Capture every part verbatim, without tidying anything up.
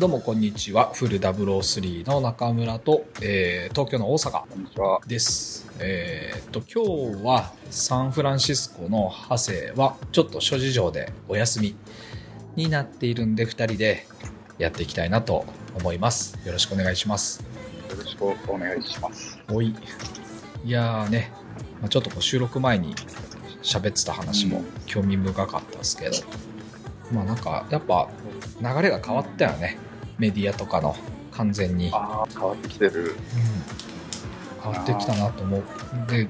どうもこんにちは。フルダブルオースリーの中村と、えー、東京の大阪こんにちはです。えー、っと今日はサンフランシスコのハセはちょっと諸事情でお休みになっているんで、ふたりでやっていきたいなと思います。よろしくお願いします。 よろしくお願いします。 おい、いやーね、まあ、ちょっとこう収録前に喋ってた話も興味深かったですけど、うん、まあなんかやっぱ流れが変わったよね。メディアとかの完全に。 ああ、変わってきてる。うん、 変わってきたなと思う。で、うん、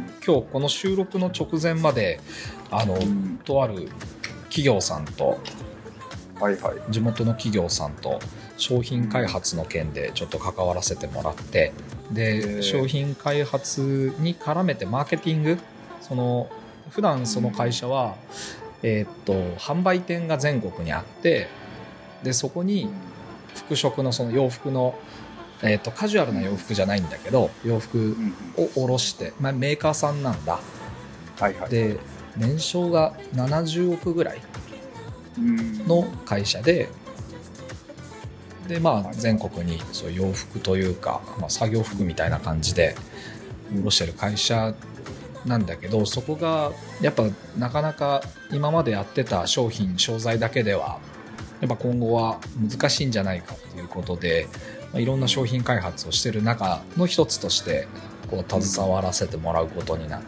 今日この収録の直前まであの、うん、とある企業さんと、 はいはい、 地元の企業さんと商品開発の件でちょっと関わらせてもらって、で商品開発に絡めてマーケティング、その普段その会社は、うん、えー、っと販売店が全国にあって、でそこに服飾のその洋服の、えー、とカジュアルな洋服じゃないんだけど洋服を卸して、まあ、メーカーさんなんだ、 はいはい、 で年商がななじゅうおくぐらいの会社で、でまあ全国にそう洋服というか、まあ、作業服みたいな感じで卸してる会社なんだけど、そこがやっぱなかなか今までやってた商品商材だけではやっぱ今後は難しいんじゃないかということで、まあ、いろんな商品開発をしている中の一つとしてこう携わらせてもらうことになって、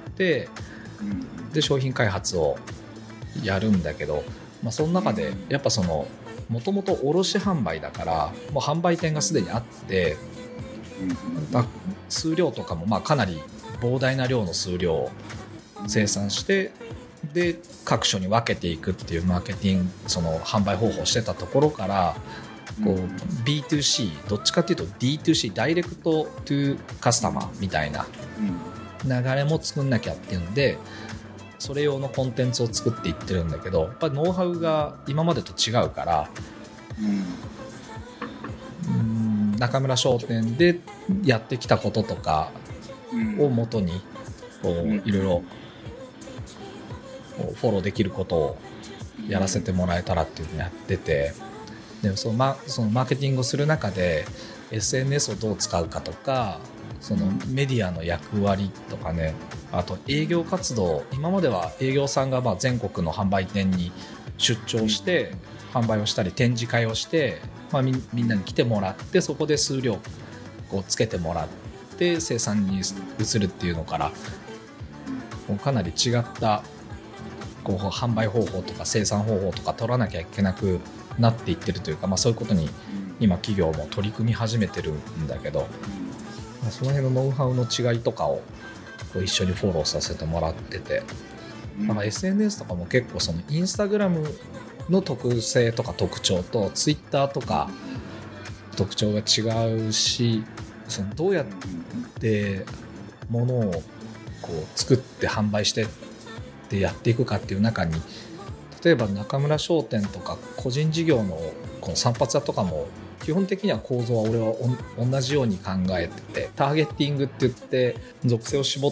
で商品開発をやるんだけど、まあ、その中でやっぱそのもともと卸販売だからもう販売店がすでにあって、まあ、数量とかもまあかなり膨大な量の数量を生産してで各所に分けていくっていうマーケティング、その販売方法をしてたところからこう ビーツーシー どっちかっていうと ディーツーシー ダイレクトトゥカスタマーみたいな流れも作んなきゃっていうんで、それ用のコンテンツを作っていってるんだけど、やっぱりノウハウが今までと違うから、うん、中村商店でやってきたこととかをもとにこういろいろフォローできることをやらせてもらえたらっていうのをやってて、でそのマ、そのマーケティングをする中で エスエヌエス をどう使うかとか、そのメディアの役割とかね、あと営業活動、今までは営業さんがまあ全国の販売店に出張して販売をしたり展示会をして、まあ、み, みんなに来てもらってそこで数量をつけてもらって生産に移るっていうのからかなり違ったこう販売方法とか生産方法とか取らなきゃいけなくなっていってるというか、まあ、そういうことに今企業も取り組み始めてるんだけど、まあ、その辺のノウハウの違いとかをこう一緒にフォローさせてもらってて、なんか エスエヌエス とかも結構そのインスタグラムの特性とか特徴とツイッターとか特徴が違うし、そのどうやってものをこう作って販売してでやっていくかっていう中に、例えば中村商店とか個人事業のこの散髪屋とかも基本的には構造は俺は同じように考えてて、ターゲッティングって言って属性を絞って、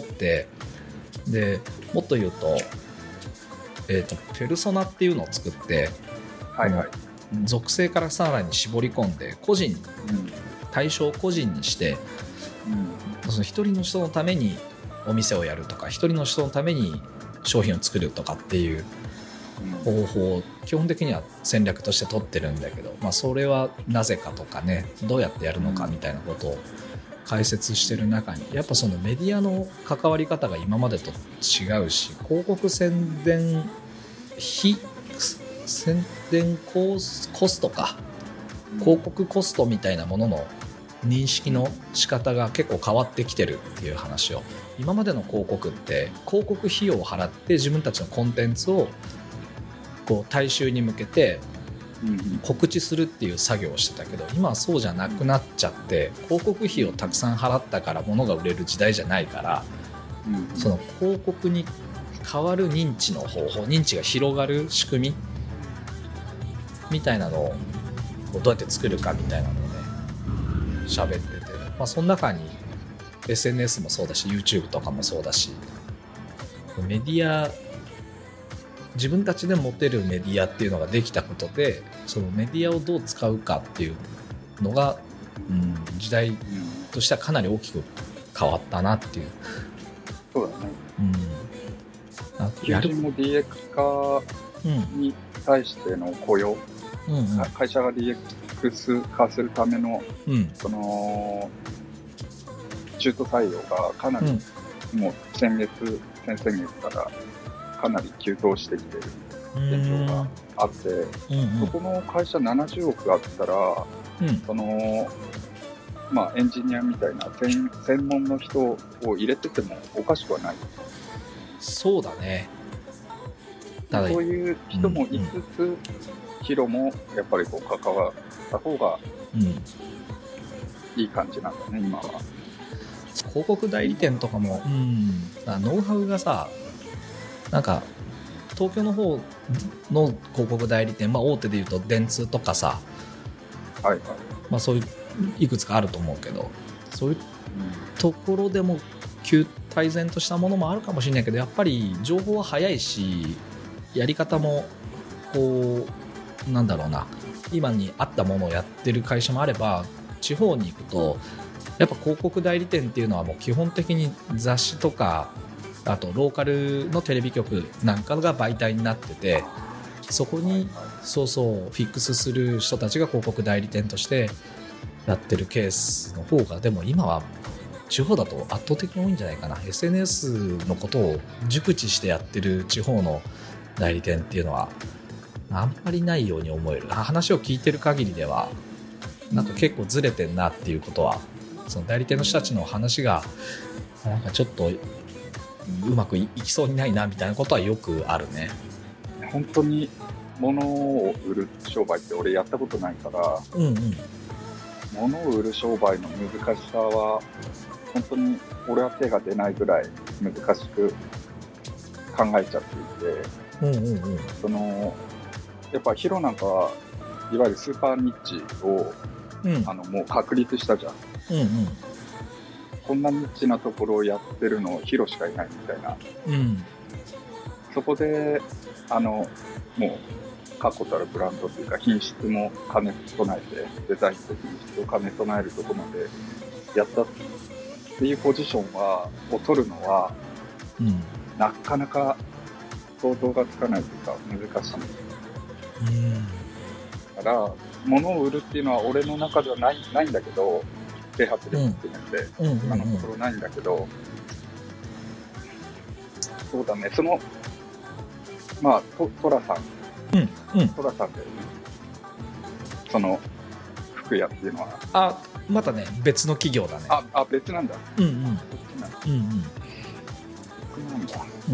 でもっと言うと、えーとペルソナっていうのを作って、 はいはい、 属性からさらに絞り込んで個人、うん、対象を個人にして、うん、その一人の人のためにお店をやるとか一人の人のために商品を作るとかっていう方法を基本的には戦略として取ってるんだけど、まあ、それはなぜかとかね、どうやってやるのかみたいなことを解説してる中に、やっぱそのメディアの関わり方が今までと違うし、広告宣伝費宣伝コストか広告コストみたいなものの認識の仕方が結構変わってきてるっていう話を、今までの広告って広告費用を払って自分たちのコンテンツをこう大衆に向けて告知するっていう作業をしてたけど、今はそうじゃなくなっちゃって、広告費をたくさん払ったから物が売れる時代じゃないから、その広告に代わる認知の方法、認知が広がる仕組みみたいなのをどうやって作るかみたいなのをね喋ってて、まあ、その中に エスエヌエス もそうだし YouTube とかもそうだし、メディア自分たちで持てるメディアっていうのができたことで、そのメディアをどう使うかっていうのが、うん、時代としてはかなり大きく変わったなっていう。 そうだね。 うん、あ求人も ディーエックス 化に対しての雇用、うんうん、会社が ディーエックス 化するための、うん、その中途採用がかなり、うん、もう先月先々月からかなり急騰してきてる現状があって、うんうん、そこの会社ななじゅうおくあったら、うん、そのまあエンジニアみたいな 専, 専門の人を入れててもおかしくはない。 そうだね。 ただそういう人もいつつ、うんうん、ヒロもやっぱりこう関わった方がいい感じなんだね、今は。 広告代理店とかも、うん、ノウハウがさ、なんか東京の方の広告代理店、まあ、大手でいうと電通とかさ、 はいはい、 まあ、そういういくつかあると思うけど、そういうところでも急改善としたものもあるかもしれないけど、やっぱり情報は早いし、やり方もこうなんだろうな、今に合ったものをやってる会社もあれば、地方に行くとやっぱ広告代理店っていうのはもう基本的に雑誌とか、あとローカルのテレビ局なんかが媒体になってて、そこにそうそうフィックスする人たちが広告代理店としてやってるケースの方が、でも今は地方だと圧倒的に多いんじゃないかな。 エスエヌエス のことを熟知してやってる地方の代理店っていうのはあんまりないように思える。話を聞いてる限りではなんか結構ずれてんなっていうことは、その代理店の人たちの話がなんかちょっとうまく い, いきそうにないなみたいなことはよくあるね。 本当に物を売る商売って俺やったことないから、うんうん、物を売る商売の難しさは本当に俺は手が出ないぐらい難しく考えちゃっていて、うんうんうん、そのやっぱヒロなんかはいわゆるスーパーニッチを、うん、あのもう確立したじゃん、うんうん、こんなニッチなところをやってるのヒロしかいないみたいな、うん、そこであのもう確固たるブランドというか品質も兼ね備えて、デザインと品質を兼ね備えるところまでやったっていうポジションはを取るのは、うん、なかなか想像がつかないというか難しい、うん、だから物を売るっていうのは俺の中ではない、ないんだけど、啓発力含めて、うん、今のところないんだけど、うんうんうん、そうだね、そのまあト、トラさん、うんうん、トラさんだよね、その服屋っていうのは。 あ、またね別の企業だね。 あ、あ別なんだ。うんうん。別なんだ。うんうん。別なんだ。 うん。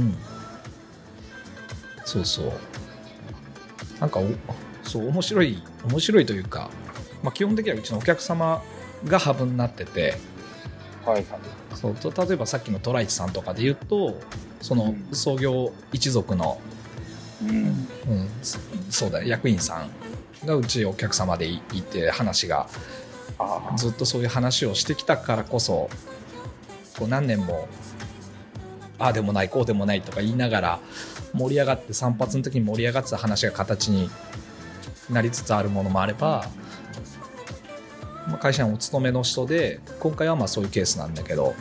そうそう。なんかおそう面白い面白いというか、まあ基本的にはうちのお客様がハブになってて、 はいはい。 そうと例えばさっきのトライチさんとかで言うと、その創業一族の、うんうん、そうだ役員さんがうちお客様でいて、話がずっとそういう話をしてきたからこそ、こう何年もああでもないこうでもないとか言いながら盛り上がって、散髪の時に盛り上がってた話が形になりつつあるものもあれば、まあ、会社にお勤めの人で今回はまあそういうケースなんだけど、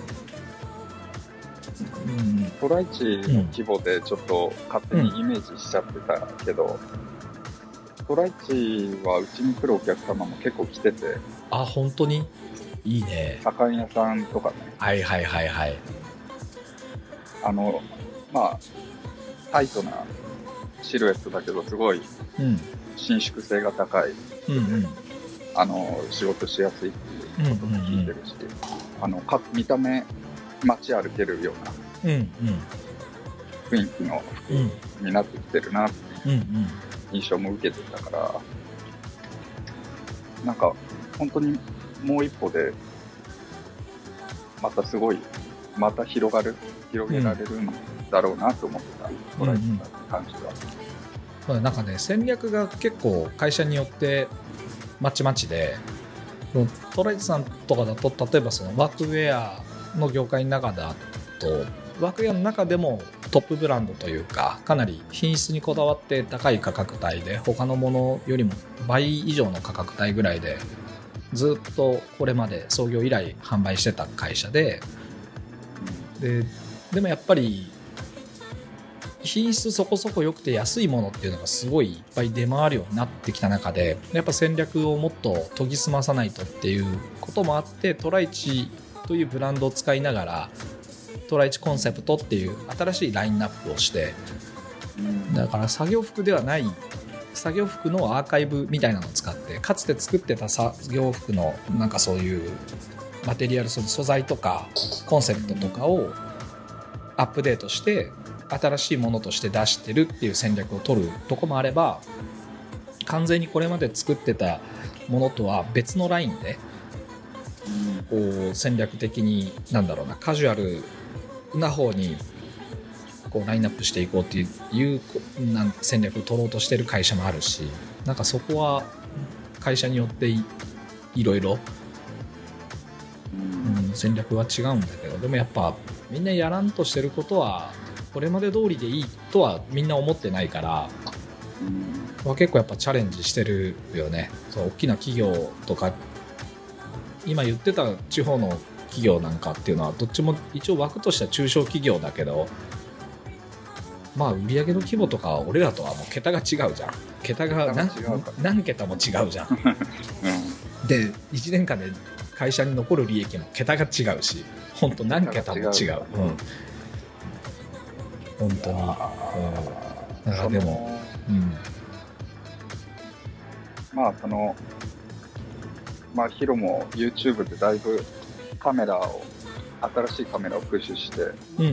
うん、トライチの規模でちょっと勝手にイメージしちゃってたけど、うん、トライチはうちに来るお客様も結構来てて。 あ、本当にいいね。 酒屋さんとかね。 はいはいはいはい。 あのまあタイトなシルエットだけどすごい伸縮性が高い、うんうん、あの仕事しやすいっていうことも聞いてるし、うんうんうん、あのか見た目街歩けるような雰囲気の服になってきてるなっていう印象も受けてたから、なんか本当にもう一歩でまたすごいまた広がる広げられるんだろうなと思ってた、トライチに関しては、 うんうん、なんかね戦略が結構会社によってまちまちで、トライチさんとかだと例えばそのワークウェアの業界の中だとワークウェアの中でもトップブランドというかかなり品質にこだわって高い価格帯で他のものよりも倍以上の価格帯ぐらいでずっとこれまで創業以来販売してた会社で、で、でもやっぱり品質そこそこ良くて安いものっていうのがすごいいっぱい出回るようになってきた中でやっぱ戦略をもっと研ぎ澄まさないとっていうこともあってトライチというブランドを使いながらトライチコンセプトっていう新しいラインナップをして、だから作業服ではない作業服のアーカイブみたいなのを使ってかつて作ってた作業服のなんかそういうマテリアル素材とかコンセプトとかをアップデートして新しいものとして出してるっていう戦略を取るとこもあれば完全にこれまで作ってたものとは別のラインでこう戦略的になんだろうなカジュアルな方にこうラインナップしていこうっていういうなん戦略を取ろうとしてる会社もあるし、なんかそこは会社によって い, いろいろ、うん、戦略は違うんだけどでもやっぱみんなやらんとしてることはこれまで通りでいいとはみんな思ってないから、うん、結構やっぱチャレンジしてるよね。そう大きな企業とか今言ってた地方の企業なんかっていうのはどっちも一応枠としては中小企業だけど、まあ売上の規模とか俺らとはもう桁が違うじゃん。桁が 何, 何桁も違うじゃん、うん、でいちねんかんで会社に残る利益も桁が違うし本当何桁も違う、うん、本当に、うん、だからでも、うん、 まあそのまあヒロも YouTube でだいぶカメラを新しいカメラを駆使して、うんうんうん、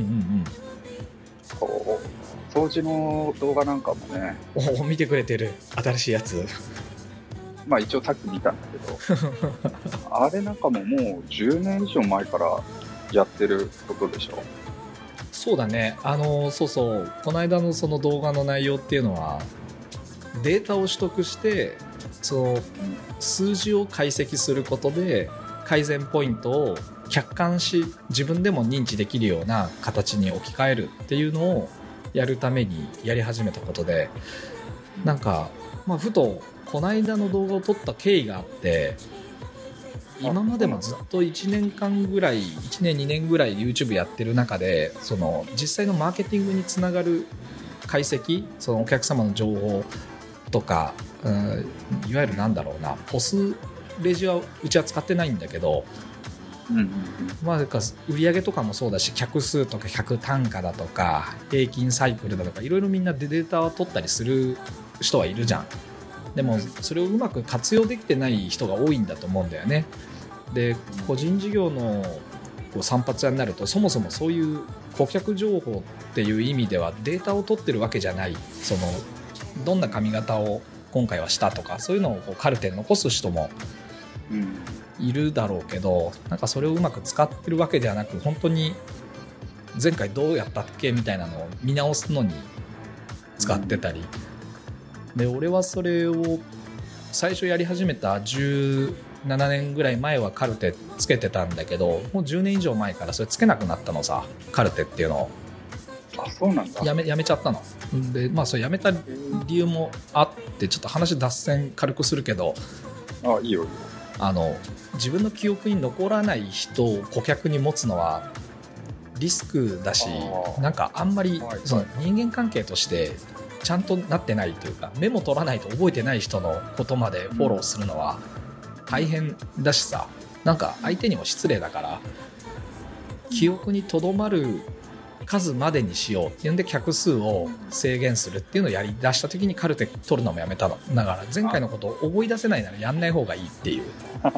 こう掃除の動画なんかもね、 お見てくれてる新しいやつ。 まあ一応さっき見たんだけどあれなんかももうじゅうねん以上前からやってることでしょ。 そうだね、あのそうそうこの間のその動画の内容っていうのはデータを取得してその数字を解析することで改善ポイントを客観し自分でも認知できるような形に置き換えるっていうのをやるためにやり始めたことで、なんか、まあ、ふとこの間の動画を撮った経緯があって、今までもずっといちねんかんぐらいいちねんにねんぐらい YouTube やってる中でその実際のマーケティングにつながる解析、そのお客様の情報とか、うん、いわゆるなんだろうなポスレジはうちは使ってないんだけど、うんうんうん、まあ、売上とかもそうだし客数とか客単価だとか平均サイクルだとかいろいろみんなでデータを取ったりする人はいるじゃん。でもそれをうまく活用できてない人が多いんだと思うんだよね。で個人事業のこう散髪屋になるとそもそもそういう顧客情報っていう意味ではデータを取ってるわけじゃない、そのどんな髪型を今回はしたとかそういうのをこうカルテに残す人もいるだろうけど、なんかそれをうまく使ってるわけではなく本当に前回どうやったっけみたいなのを見直すのに使ってたり、で俺はそれを最初やり始めたじゅうななねんぐらい前はカルテつけてたんだけどもうじゅうねん以上前からそれつけなくなったのさ、カルテっていうのを。 あ、そうなんだ。 やめ、やめちゃったので、まあそれやめた理由もあってちょっと話脱線軽くするけど、 あ、いいよいいよ。 あの自分の記憶に残らない人を顧客に持つのはリスクだし、なんかあんまりその人間関係としてちゃんとなってないというかメモ取らないと覚えてない人のことまでフォローするのは大変だしさ、なんか相手にも失礼だから記憶にとどまる数までにしようっていうんで客数を制限するっていうのをやり出した時にカルテ取るのもやめたの。だから前回のことを思い出せないならやんない方がいいっていう。い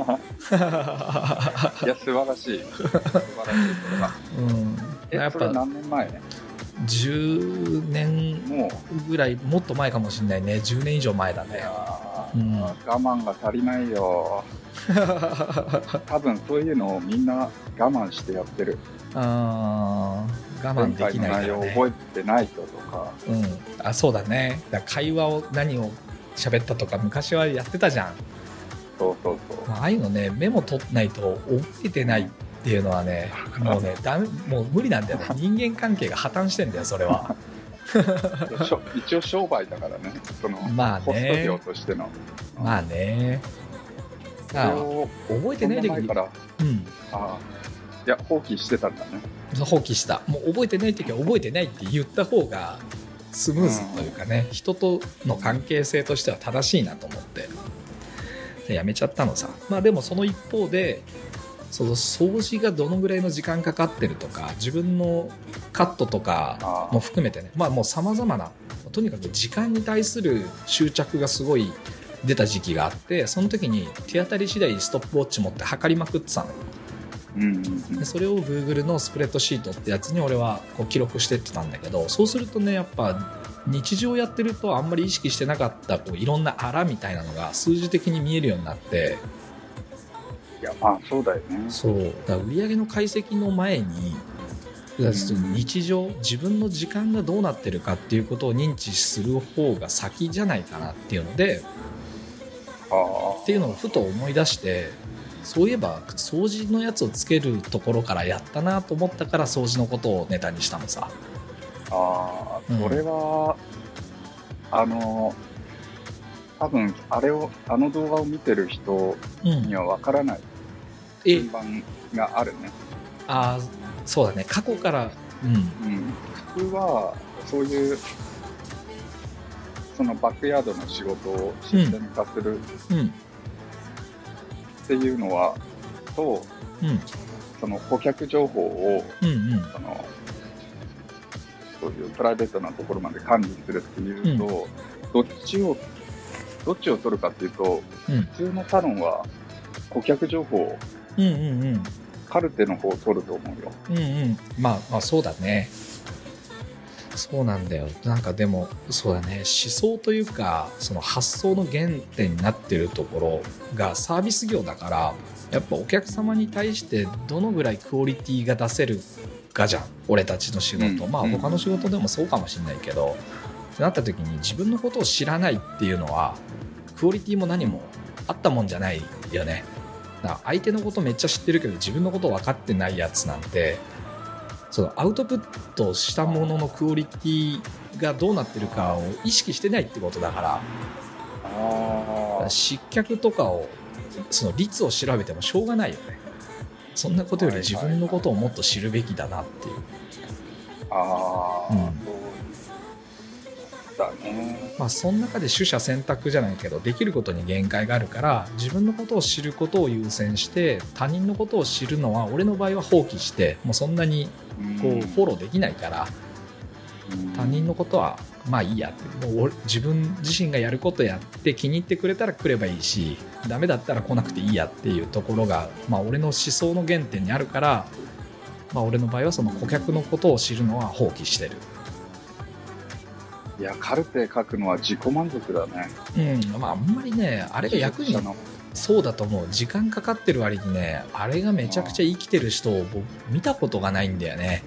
や素晴らしい素晴らしいことだ、うん、えやっぱそれ何年前？ じゅうねんぐらいもっと前かもしれないね。じゅうねん以上前だね。 うん、我慢が足りないよ多分そういうのをみんな我慢してやってる。あ我慢できないからね。前回の内容覚えてない人とか、 うん、あそうだね。だから会話を何を喋ったとか昔はやってたじゃん。 そうそうそう。 ああいうのねメモ取らないと覚えてないっていうのはね、もうねダメ、もう無理なんだよね。人間関係が破綻してんだよそれは。 一応商売だからね、その、 まあね、 ホスト業としての。 まあね。ああ、覚えてない時に、 から、 うん、 ああ、いや放棄してたんだね。 放棄した。もう覚えてない時は覚えてないって言った方がスムーズというかね、うん、人との関係性としては正しいなと思ってでやめちゃったのさ。まあでもその一方で、その掃除がどのぐらいの時間かかってるとか、自分のカットとかも含めてね、まあもう様々な、とにかく時間に対する執着がすごい出た時期があって、その時に手当たり次第ストップウォッチ持って測りまくってたの。 うんうんうん、 でそれを Google のスプレッドシートってやつに俺はこう記録してってたんだけど、そうするとね、やっぱ日常やってるとあんまり意識してなかったこういろんなあらみたいなのが数字的に見えるようになって、 いやまあそうだよね。 そうだから売上の解析の前に日常、自分の時間がどうなってるかっていうことを認知する方が先じゃないかなっていうので、 あっていうのをふと思い出して、そういえば掃除のやつをつけるところからやったなと思ったから、掃除のことをネタにしたのさ。 ああ、それは、うん、あの多分あれをあの動画を見てる人にはわからない順番があるね。うん、 ああ、そうだね。過去から、うんうん、 普通はそういうそのバックヤードの仕事をシステム化する、うんうんっていうのはと、うん、その顧客情報を、うんうん、そのそういうプライベートなところまで管理するっていうと、うん、どっちをどっちを取るかっていうと、うん、普通のサロンは顧客情報を、うんうんうん、カルテの方を取ると思うよ。 うんうん、まあまあそうだね。そうなんだよ。なんかでもそうだね、思想というかその発想の原点になってるところがサービス業だから、やっぱお客様に対してどのぐらいクオリティが出せるかじゃん、俺たちの仕事、うん、まあ他の仕事でもそうかもしれないけど、うん、ってなった時に自分のことを知らないっていうのはクオリティも何もあったもんじゃないよね。だから相手のことめっちゃ知ってるけど自分のこと分かってないやつなんて、そのアウトプットしたもののクオリティがどうなってるかを意識してないってことだから、あ失脚とかをその率を調べてもしょうがないよね。そんなことより自分のことをもっと知るべきだなっていう。 ああ、うん、そうだね。 まあその中で取捨選択じゃないけど、できることに限界があるから、自分のことを知ることを優先して、他人のことを知るのは俺の場合は放棄して、もうそんなにこうフォローできないから、他人のことはまあいいやって、もう自分自身がやることやって気に入ってくれたら来ればいいし、ダメだったら来なくていいやっていうところが、まあ俺の思想の原点にあるから、まあ俺の場合はその顧客のことを知るのは放棄してる。 いやカルテ書くのは自己満足だね。 うん、まああんまりねあれが役に、そうだと思う。時間かかってる割にね、あれがめちゃくちゃ生きてる人を見たことがないんだよね。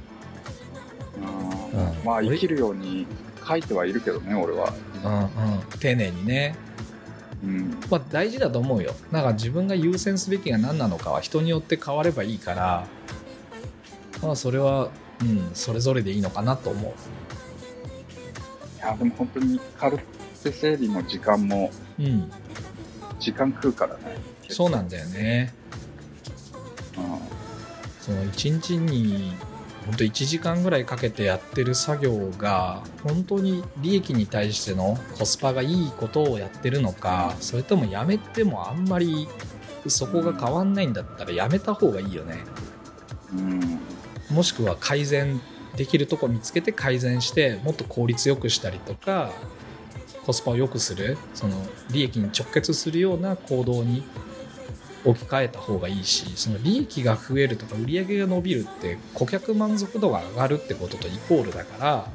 うん、まあ生きるように書いてはいるけどね俺は。 うんうん、丁寧にね。うん、まあ大事だと思うよ。だから自分が優先すべきが何なのかは人によって変わればいいから、まあそれは、うん、それぞれでいいのかなと思う。 いやでも本当にカルテ整理の時間も、うん、時間食うからね。 そうなんだよね。うん、そのいちにちに本当いちじかんぐらいかけてやってる作業が本当に利益に対してのコスパがいいことをやってるのか、それともやめてもあんまりそこが変わんないんだったらやめた方がいいよね。うん、もしくは改善できるとこ見つけて改善してもっと効率よくしたりとか、コスパを良くする、その利益に直結するような行動に置き換えた方がいいし、その利益が増えるとか売り上げが伸びるって顧客満足度が上がるってこととイコールだから、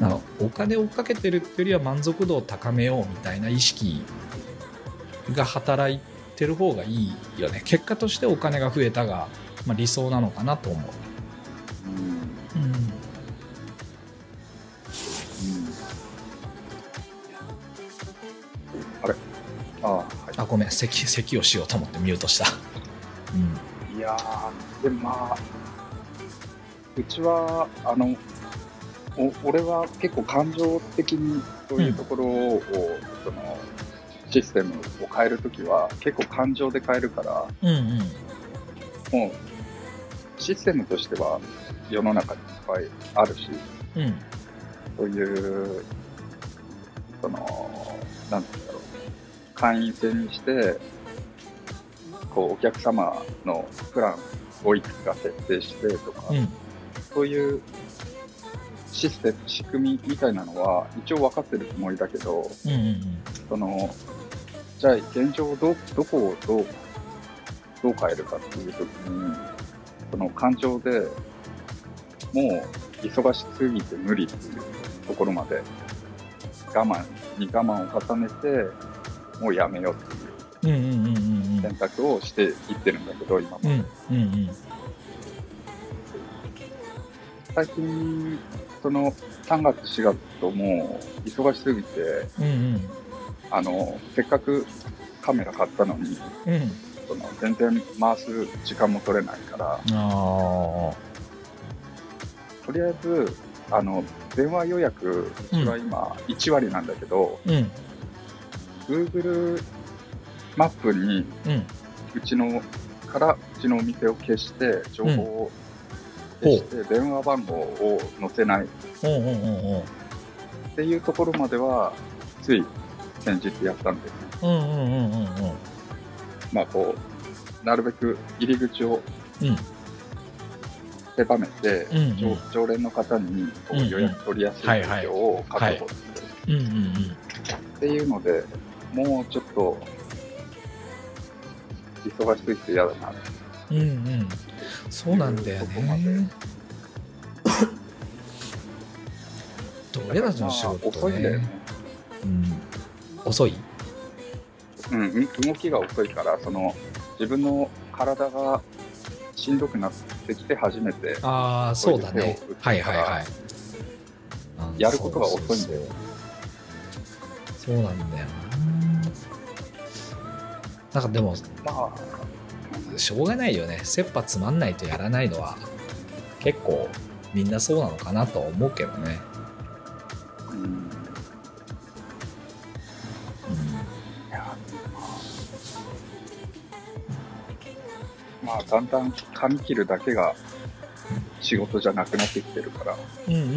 なんかお金をかけてるっていうよりは満足度を高めようみたいな意識が働いてる方がいいよね。結果としてお金が増えたが、まあ、理想なのかなと思う。うんうん、 あれあ、はい、 あごめん、咳咳をしようと思ってミュートした。 うん、いやー、でもまあ、うちは、あの、お俺は結構感情的にそういうところを、うん、その、システムを変えるときは結構感情で変えるから、 うんうん、 もう、システムとしては世の中にいっぱいあるし、 うん、 そういう、その、なんていうんだろう、会員制にして、こう、お客様のプランをいくつか設定してとか、うん、そういうシステム、仕組みみたいなのは一応分かってるつもりだけど、 うんうんうん、 その、じゃあ現状ど、どこをどう、どう変えるかっていうときに、その感情でもう忙しすぎて無理っていうところまで我慢に我慢を重ねて、もうやめようっていう選択をしていってるんだけど、今まで。うんうんうん、最近、そのさんがつしがつともう忙しすぎて、うんうん、あの、せっかくカメラ買ったのに、うん、その全然回す時間も取れないから、あとりあえず、あの、電話予約、うちは今いちわりなんだけど、うん、Google マップに、うちの、からうちのお店を消して、情報を消して、電話番号を載せない。っていうところまでは、つい先日やったんですね。まあこう、なるべく入り口を、うん狭めて、うんうん、常連の方にこう予約取りやすい状況を確保するっていうので、もうちょっと忙しすぎて嫌だな。 うんうん、そうなんだよね。俺らの仕事ね、 遅いんだよね。 うん、遅い？ うん、動きが遅いから、その自分の体がしんどくなってきて初めて、 ああ、そうだね。はいはいはい。 やることが遅いんだよ。 そうなんだよな。なんかでも、まあ、しょうがないよね。切羽詰まんないとやらないのは、結構みんなそうなのかなとは思うけどね。うん。うん、いや、 まあ、だんだん髪切るだけが仕事じゃなくなってきてるから。うんうんうんうん。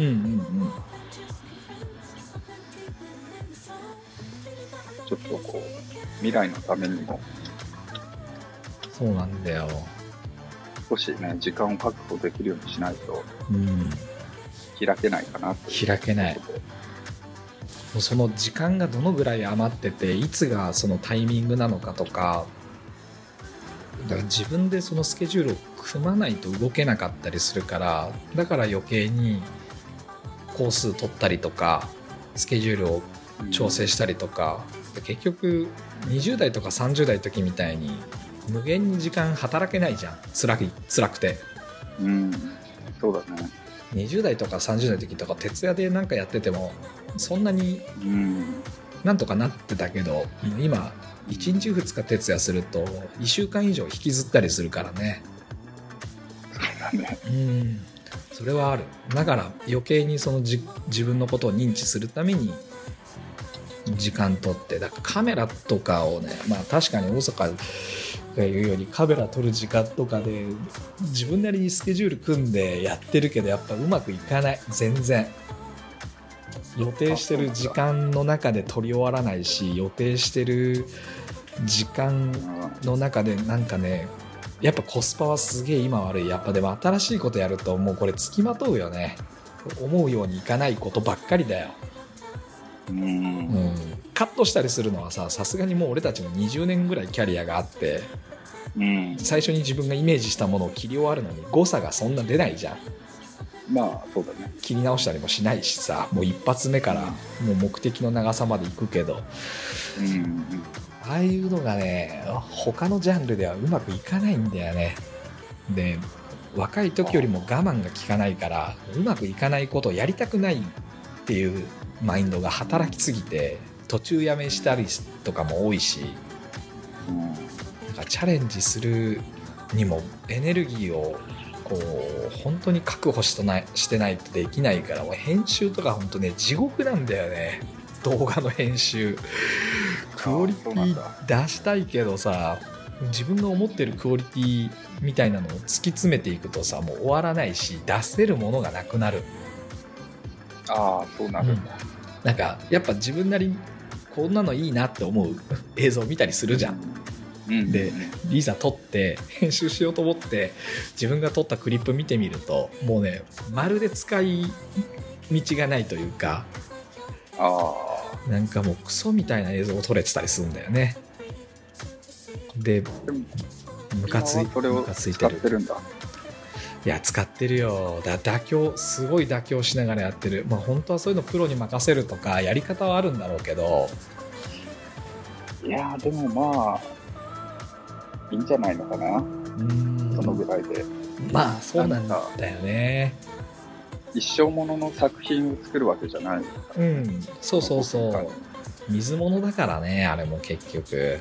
ちょっとこう、未来のためにも。 そうなんだよ。 少しね、時間を確保できるようにしないと、うん、開けないかなっていう。 開けない。もうその時間がどのぐらい余ってて、いつがそのタイミングなのかとか、だから自分でそのスケジュールを組まないと動けなかったりするから、だから余計に工数取ったりとかスケジュールを調整したりとか、うん、結局にじゅう代とかさんじゅう代の時みたいに無限に時間働けないじゃん。辛く、辛くて、 うん、そうだね。 にじゅう代とかさんじゅう代の時とか徹夜でなんかやっててもそんなになんとかなってたけど、今いちにちふつか徹夜するといっしゅうかん以上引きずったりするからね。 そうだね。 うん、それはある。だから余計にそのじ自分のことを認知するために時間取って、だからカメラとかをね、まあ確かに大阪が言うようにカメラ撮る時間とかで自分なりにスケジュール組んでやってるけど、やっぱうまくいかない。全然予定してる時間の中で撮り終わらないし、予定してる時間の中でなんかね、やっぱコスパはすげえ今悪い。やっぱでも新しいことやるともうこれつきまとうよね。思うようにいかないことばっかりだよ。うん、うん、カットしたりするのはさ、さすがにもう俺たちもにじゅうねんぐらいキャリアがあって、うん、最初に自分がイメージしたものを切り終わるのに誤差がそんな出ないじゃん。 まあそうだね。 切り直したりもしないしさ、もう一発目からもう目的の長さまで行くけど、うんうん、ああいうのがね他のジャンルではうまくいかないんだよね。で、若い時よりも我慢が効かないからうまくいかないことをやりたくないっていうマインドが働きすぎて途中やめしたりとかも多いし、うん、なんかチャレンジするにもエネルギーをこう本当に確保してない、してないとできないから、もう編集とか本当ね地獄なんだよね。動画の編集クオリティ出したいけどさ、自分が思ってるクオリティみたいなのを突き詰めていくとさ、もう終わらないし出せるものがなくなる。 ああ、そうなるんだ、 うん、なんかやっぱ自分なりにこんなのいいなって思う映像を見たりするじゃん、うん、でいざ撮って編集しようと思って自分が撮ったクリップ見てみると、もうねまるで使い道がないというか、 あなんかもうクソみたいな映像を撮れてたりするんだよね。でムカついムカついてる。いや使ってるよ。だ妥協すごい妥協しながらやってる。まあ本当はそういうのプロに任せるとかやり方はあるんだろうけど、 いやでもまあいいんじゃないのかな。うん、そのぐらいで。 まあそうなんだよね。 一生ものの作品を作るわけじゃない。 うん、そうそうそう。水物だからね、あれも結局。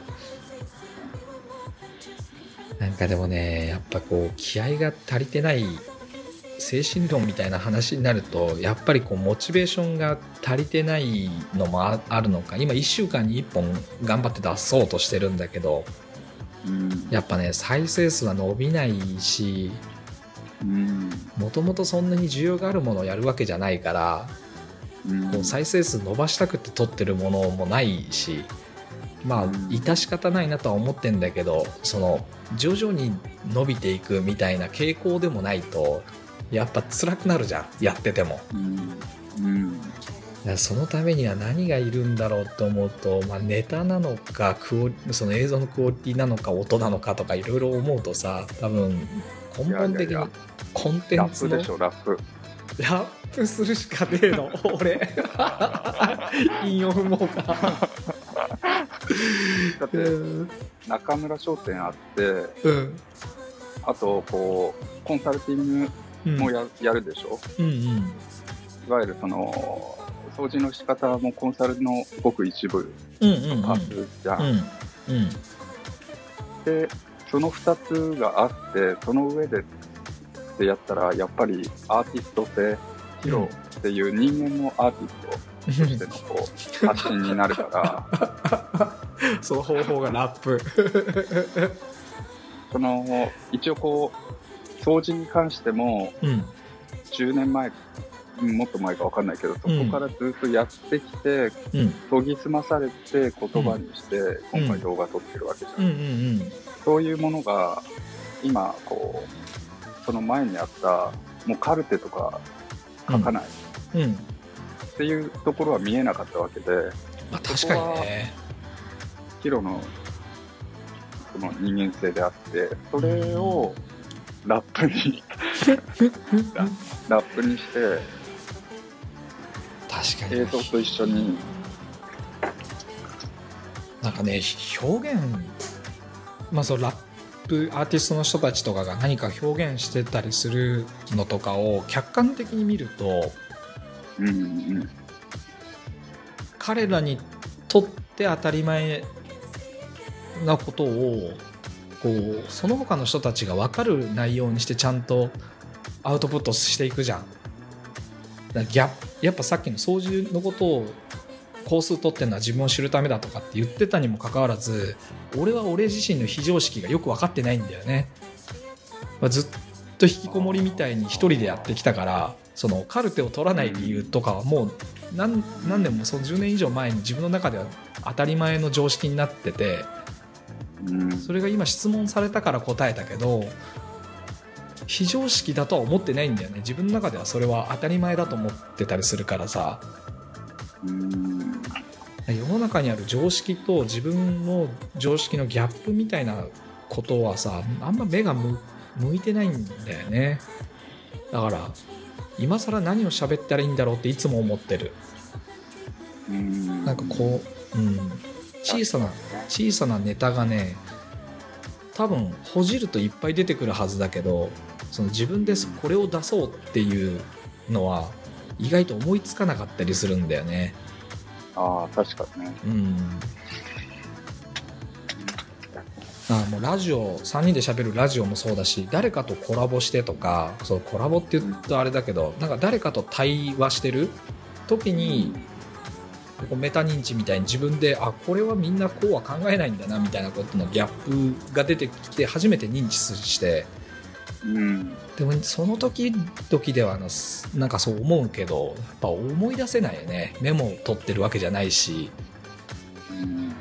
なんかでもね、やっぱこう気合が足りてない精神論みたいな話になると、やっぱりこうモチベーションが足りてないのもあるのか。今いっしゅうかんにいっぽん頑張って出そうとしてるんだけど、うん、やっぱね再生数は伸びないし、もともとそんなに需要があるものをやるわけじゃないから、うん、こう再生数伸ばしたくて撮ってるものもないし、まあ致し方ないなとは思ってんだけど、その徐々に伸びていくみたいな傾向でもないとやっぱ辛くなるじゃん、やってても、うんうん、そのためには何がいるんだろうと思うと、まあ、ネタなのかクオその映像のクオリティなのか音なのかとかいろいろ思うとさ、多分根本的にコンテンツのラップでしょ。ラップラップするしかねえの俺韻を踏もうかだって中村商店あって、うん、あとこうコンサルティングも や,、うん、やるでしょ、うんうん、いわゆるその掃除の仕方もコンサルのごく一部のパーツじゃん、うんうんうん、でそのふたつがあって、その上でってやったらやっぱりアーティスト性、ヒロっていう人間のアーティストとしてのこう発信になるからその方法がラップその一応こう掃除に関しても、うん、じゅうねんまえもっと前か分かんないけど、そこからずっとやってきて、うん、研ぎ澄まされて言葉にして、うん、今回動画撮ってるわけじゃん、うんうんうん、そういうものが今こうその前にあったもうカルテとか書かない、うんうん、っていうところは見えなかったわけで、 まあ、確かにねヒロのその人間性であって、それをラップにラ, ラップにして確かに映像と一緒になんかね表現、まあそうラップアーティストの人たちとかが何か表現してたりするのとかを客観的に見ると、うんうん、彼らにとって当たり前なことをこうその他の人たちが分かる内容にしてちゃんとアウトプットしていくじゃん。だギャやっぱさっきの掃除のことを工数取ってるのは自分を知るためだとかって言ってたにもかかわらず、俺は俺自身の非常識がよく分かってないんだよね、まあ、ずっと引きこもりみたいに一人でやってきたから、そのカルテを取らない理由とかはもう 何, 何年もそのじゅうねん以上前に自分の中では当たり前の常識になってて、それが今質問されたから答えたけど非常識だとは思ってないんだよね。自分の中ではそれは当たり前だと思ってたりするからさ、うーん世の中にある常識と自分の常識のギャップみたいなことはさ、あんま目が 向, 向いてないんだよね。だから今更何を喋ったらいいんだろうっていつも思ってる。うーんなんかこう、うん、小さな小さなネタがね多分ほじるといっぱい出てくるはずだけど、その自分でこれを出そうっていうのは意外と思いつかなかったりするんだよね。 ああ確かにね。うんあもうラジオさんにんで喋るラジオもそうだし、誰かとコラボしてとか、そうコラボって言うとあれだけど、なんか誰かと対話してる時に、こうメタ認知みたいに自分で、あこれはみんなこうは考えないんだなみたいなことのギャップが出てきて初めて認知して、うん、でもその時々ではなんかそう思うけど、やっぱ思い出せないよね。メモを取ってるわけじゃないし、うん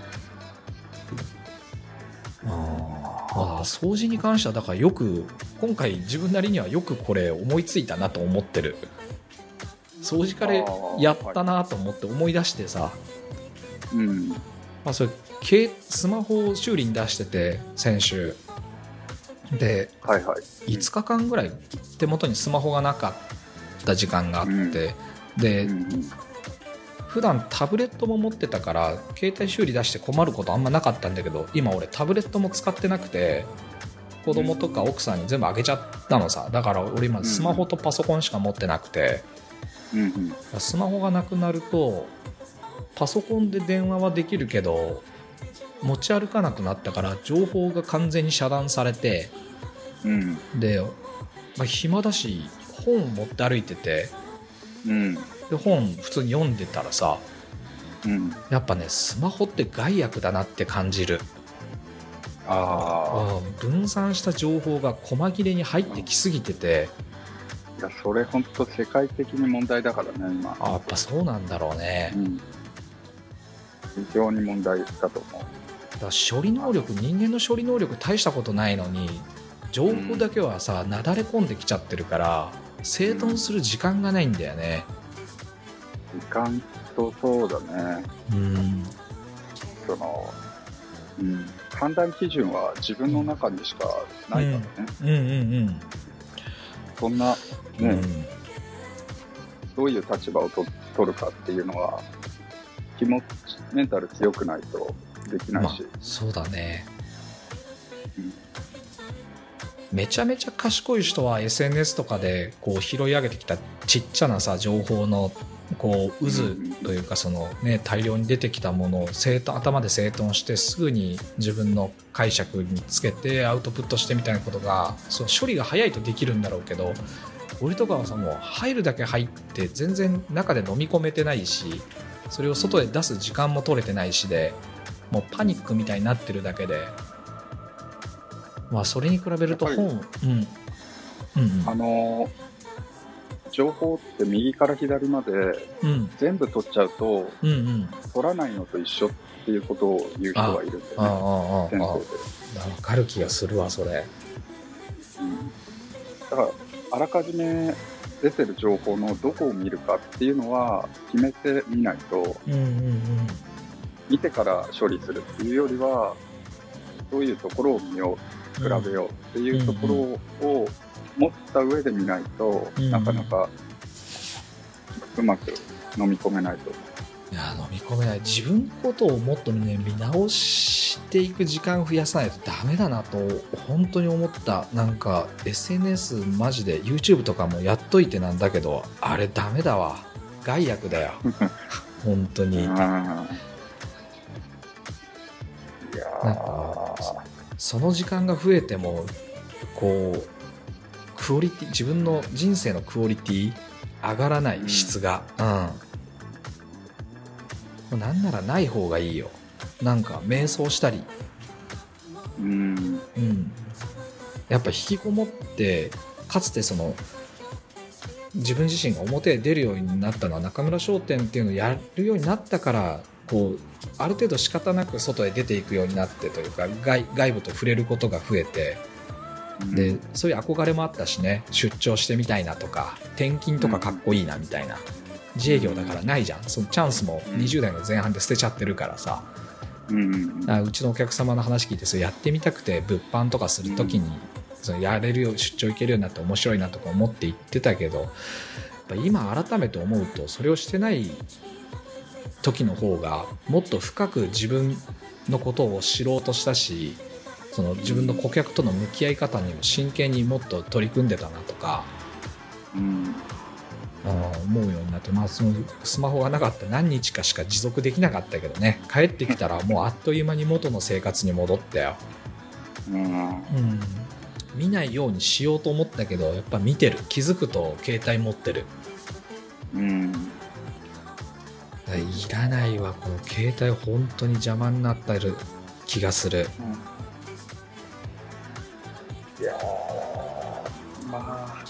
ああ掃除に関してはだからよく今回自分なりにはよくこれ思いついたなと思ってる。掃除からやったなと思って思い出してさ、うんまあ、それスマホを修理に出してて先週で、はいはい、いつかかんぐらい手元にスマホがなかった時間があって、うん、で、うん、普段タブレットも持ってたから携帯修理出して困ることあんまなかったんだけど、今俺タブレットも使ってなくて子供とか奥さんに全部あげちゃったのさ。だから俺今スマホとパソコンしか持ってなくて、うんうん、スマホがなくなるとパソコンで電話はできるけど持ち歩かなくなったから情報が完全に遮断されて、うん、で、まあ、暇だし本持って歩いてて、うん、で本普通に読んでたらさ、うん、やっぱねスマホって害悪だなって感じる。ああ分散した情報が細切れに入ってきすぎてて、 いやそれ本当世界的に問題だからね今。 あやっぱそうなんだろうね、うん、 非常に問題だと思う。 だ処理能力、人間の処理能力大したことないのに情報だけはさ、うん、なだれ込んできちゃってるから整頓する時間がないんだよね、 うん、時間とそうだね、うん、その、うん、判断基準は自分の中にしかないからね、うんうんうんうん、そんなね、うん、どういう立場をと取るかっていうのは気持ちメンタル強くないとできないし、まあ、 そうだね、うん、めちゃめちゃ賢い人は エスエヌエス とかでこう拾い上げてきたちっちゃなさ情報のこう渦というかその、ね、大量に出てきたものを整頓頭で整頓してすぐに自分の解釈につけてアウトプットしてみたいなことがその処理が早いとできるんだろうけど、俺とかはさもう入るだけ入って全然中で飲み込めてないしそれを外で出す時間も取れてないしでもうパニックみたいになってるだけで、まあそれに比べると本、うんうんうん、あの情報って右から左まで全部取っちゃうと、うんうん、取らないのと一緒っていうことを言う人がいるんだよね、先生で。 分かる気がするわそれ、 うん、だからあらかじめ出てる情報のどこを見るかっていうのは決めてみないと、うんうんうん、見てから処理するっていうよりはどういうところを見よう比べようっていうところを持った上で見ないと、うんうん、なかなかうまく飲み込めないと思う。 いや飲み込めない。自分のことをもっと、ね、見直していく時間を増やさないとダメだなと本当に思った。なんか エスエヌエス マジで YouTube とかもやっといてなんだけどあれダメだわ、害悪だよ本当に。いやなんかその時間が増えてもこうクオリティ、自分の人生のクオリティ上がらない、質が、うん、なんならない方がいいよ。なんか瞑想したり、うん、うん、やっぱ引きこもってかつてその自分自身が表へ出るようになったのは中村商店っていうのをやるようになったからこうある程度仕方なく外へ出ていくようになってというか 外, 外部と触れることが増えて、でそういう憧れもあったしね、出張してみたいなとか転勤とかかっこいいなみたいな、自営業だからないじゃん、そのチャンスもにじゅう代の前半で捨てちゃってるからさ、うん、うちのお客様の話聞いてそれやってみたくて物販とかするときにそのやれるよ、出張行けるようになって面白いなとか思って言ってたけど、やっぱ今改めて思うとそれをしてない時の方がもっと深く自分のことを知ろうとしたし、その自分の顧客との向き合い方にも真剣にもっと取り組んでたなとか、うん、思うようになって、まあ、そのスマホがなかった何日かしか持続できなかったけどね、帰ってきたらもうあっという間に元の生活に戻ったよ。 うん、 うん、見ないようにしようと思ったけどやっぱ見てる。気づくと携帯持ってる。 うん、 いらないわこの携帯。本当に邪魔になってる気がする、 うん、いやまあ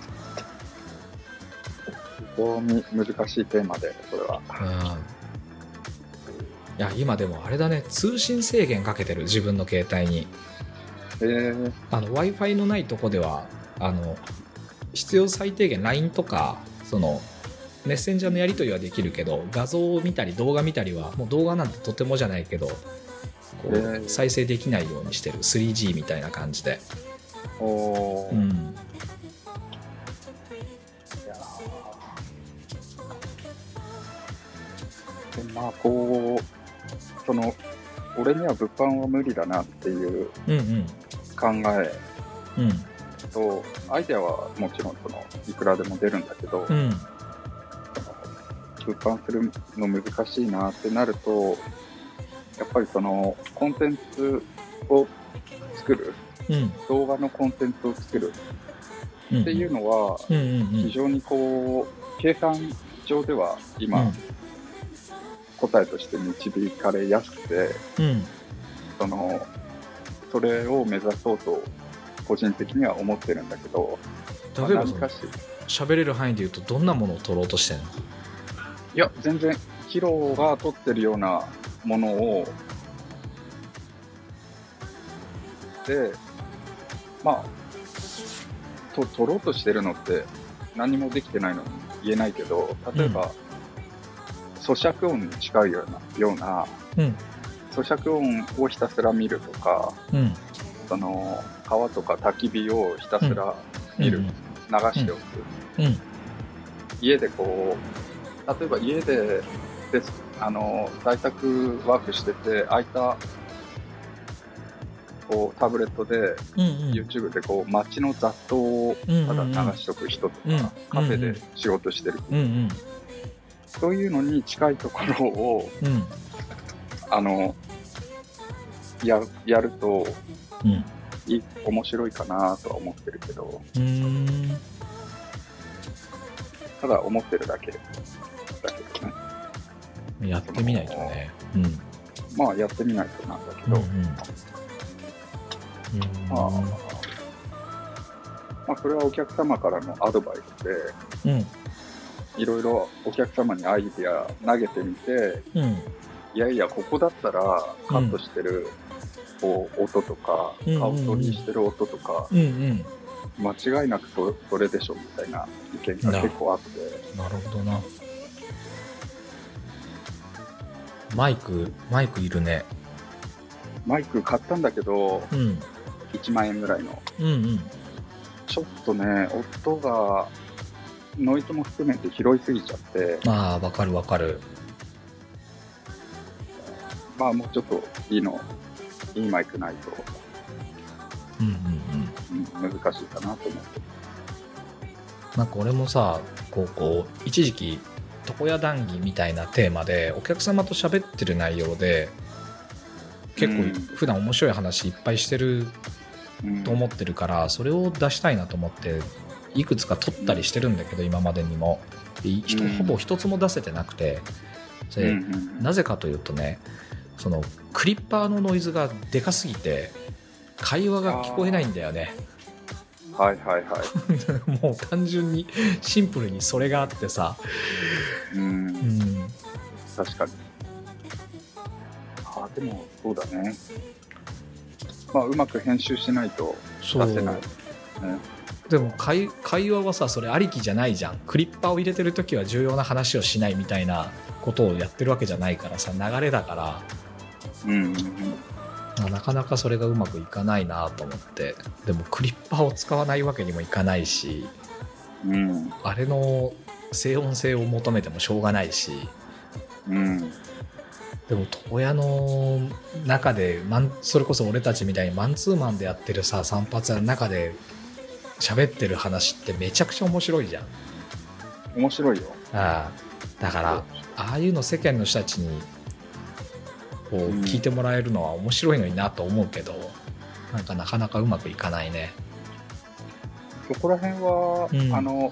非常に難しいテーマでそれは、 うん、いや今でもあれだね、通信制限かけてる自分の携帯に。 えー、 あの Wi-Fi のないとこではあの必要最低限 ライン とかそのメッセンジャーのやり取りはできるけど画像を見たり動画見たりはもう動画なんてとてもじゃないけどこう、えー、再生できないようにしてる。 スリージー みたいな感じで。 おー、 うん、いやでまあこうその俺には物販は無理だなっていう考えと、うんうん、アイデアはもちろんそのいくらでも出るんだけど、うん、物販するの難しいなってなるとやっぱりそのコンテンツを作る、うん、動画のコンテンツを作るっていうのは非常にこう計算上では今、うん、答えとして導かれやすくて、うん、そのそれを目指そうと個人的には思ってるんだけど、 例えば喋れる範囲でいうとどんなものを撮ろうとしてるの？ いや全然ヒロが撮ってるようなものをでまあと撮ろうとしてるのって何もできてないのに言えないけど、例えば、うん、咀嚼音に近いようなような、うん、咀嚼音をひたすら見るとか、うん、その川とか焚き火をひたすら見る、うん、流しておく、うんうん、家でこう例えば家でであの在宅ワークしてて空いたこうタブレットで、うんうん、YouTube でこう街の雑踏をただ流しとく人とか、うんうん、カフェで仕事してる人とか、うんうん、そういうのに近いところを、うん、あの や, やると、うん、い面白いかなとは思ってるけど、うーんただ思ってるだけだけどね。 やってみないとね、うん、 まあやってみないとなんだけど、うんうんまあ、まあそれはお客様からのアドバイスで、うん、いろいろお客様にアイデア投げてみて、うん、いやいやここだったらカットしてる、うん、こう音とか、うん、顔取りしてる音とか、うんうん、間違いなく そ, それでしょみたいな意見が結構あって。 なるほどな。マイクマイクいるね。 マイク買ったんだけど、うん、いちまんえんぐらいの、うんうん、ちょっとね音がノイズも含めて拾いすぎちゃって。 ああわかるわかる。 まあもうちょっといいのいいマイクないと、うんうんうん、難しいかなと思って。 なんか俺もさこうこう一時期床屋談義みたいなテーマでお客様と喋ってる内容で結構普段面白い話いっぱいしてると思ってるから、それを出したいなと思っていくつか撮ったりしてるんだけど、今までにもほぼ一つも出せてなくて、でなぜかというとね、そのクリッパーのノイズがでかすぎて会話が聞こえないんだよね。 はいはいはい。 もう単純にシンプルにそれがあってさ、うん、うん、 確かに。あでもそうだね。まあうまく編集しないと出せない、ね。 でも 会, 会話はさそれありきじゃないじゃん。クリッパーを入れてるときは重要な話をしないみたいなことをやってるわけじゃないからさ、流れだから、うんうんうん、なかなかそれがうまくいかないなと思って。でもクリッパーを使わないわけにもいかないし、うん、あれの静音性を求めてもしょうがないし、うん、でも床屋の中でマンそれこそ俺たちみたいにマンツーマンでやってるさ散髪屋の中で喋ってる話ってめちゃくちゃ面白いじゃん。 面白いよ。 ああだからああいうの世間の人たちにこう聞いてもらえるのは面白いのになと思うけど、 なんかなかなかうまくいかないね。 そこら辺は、うん、あの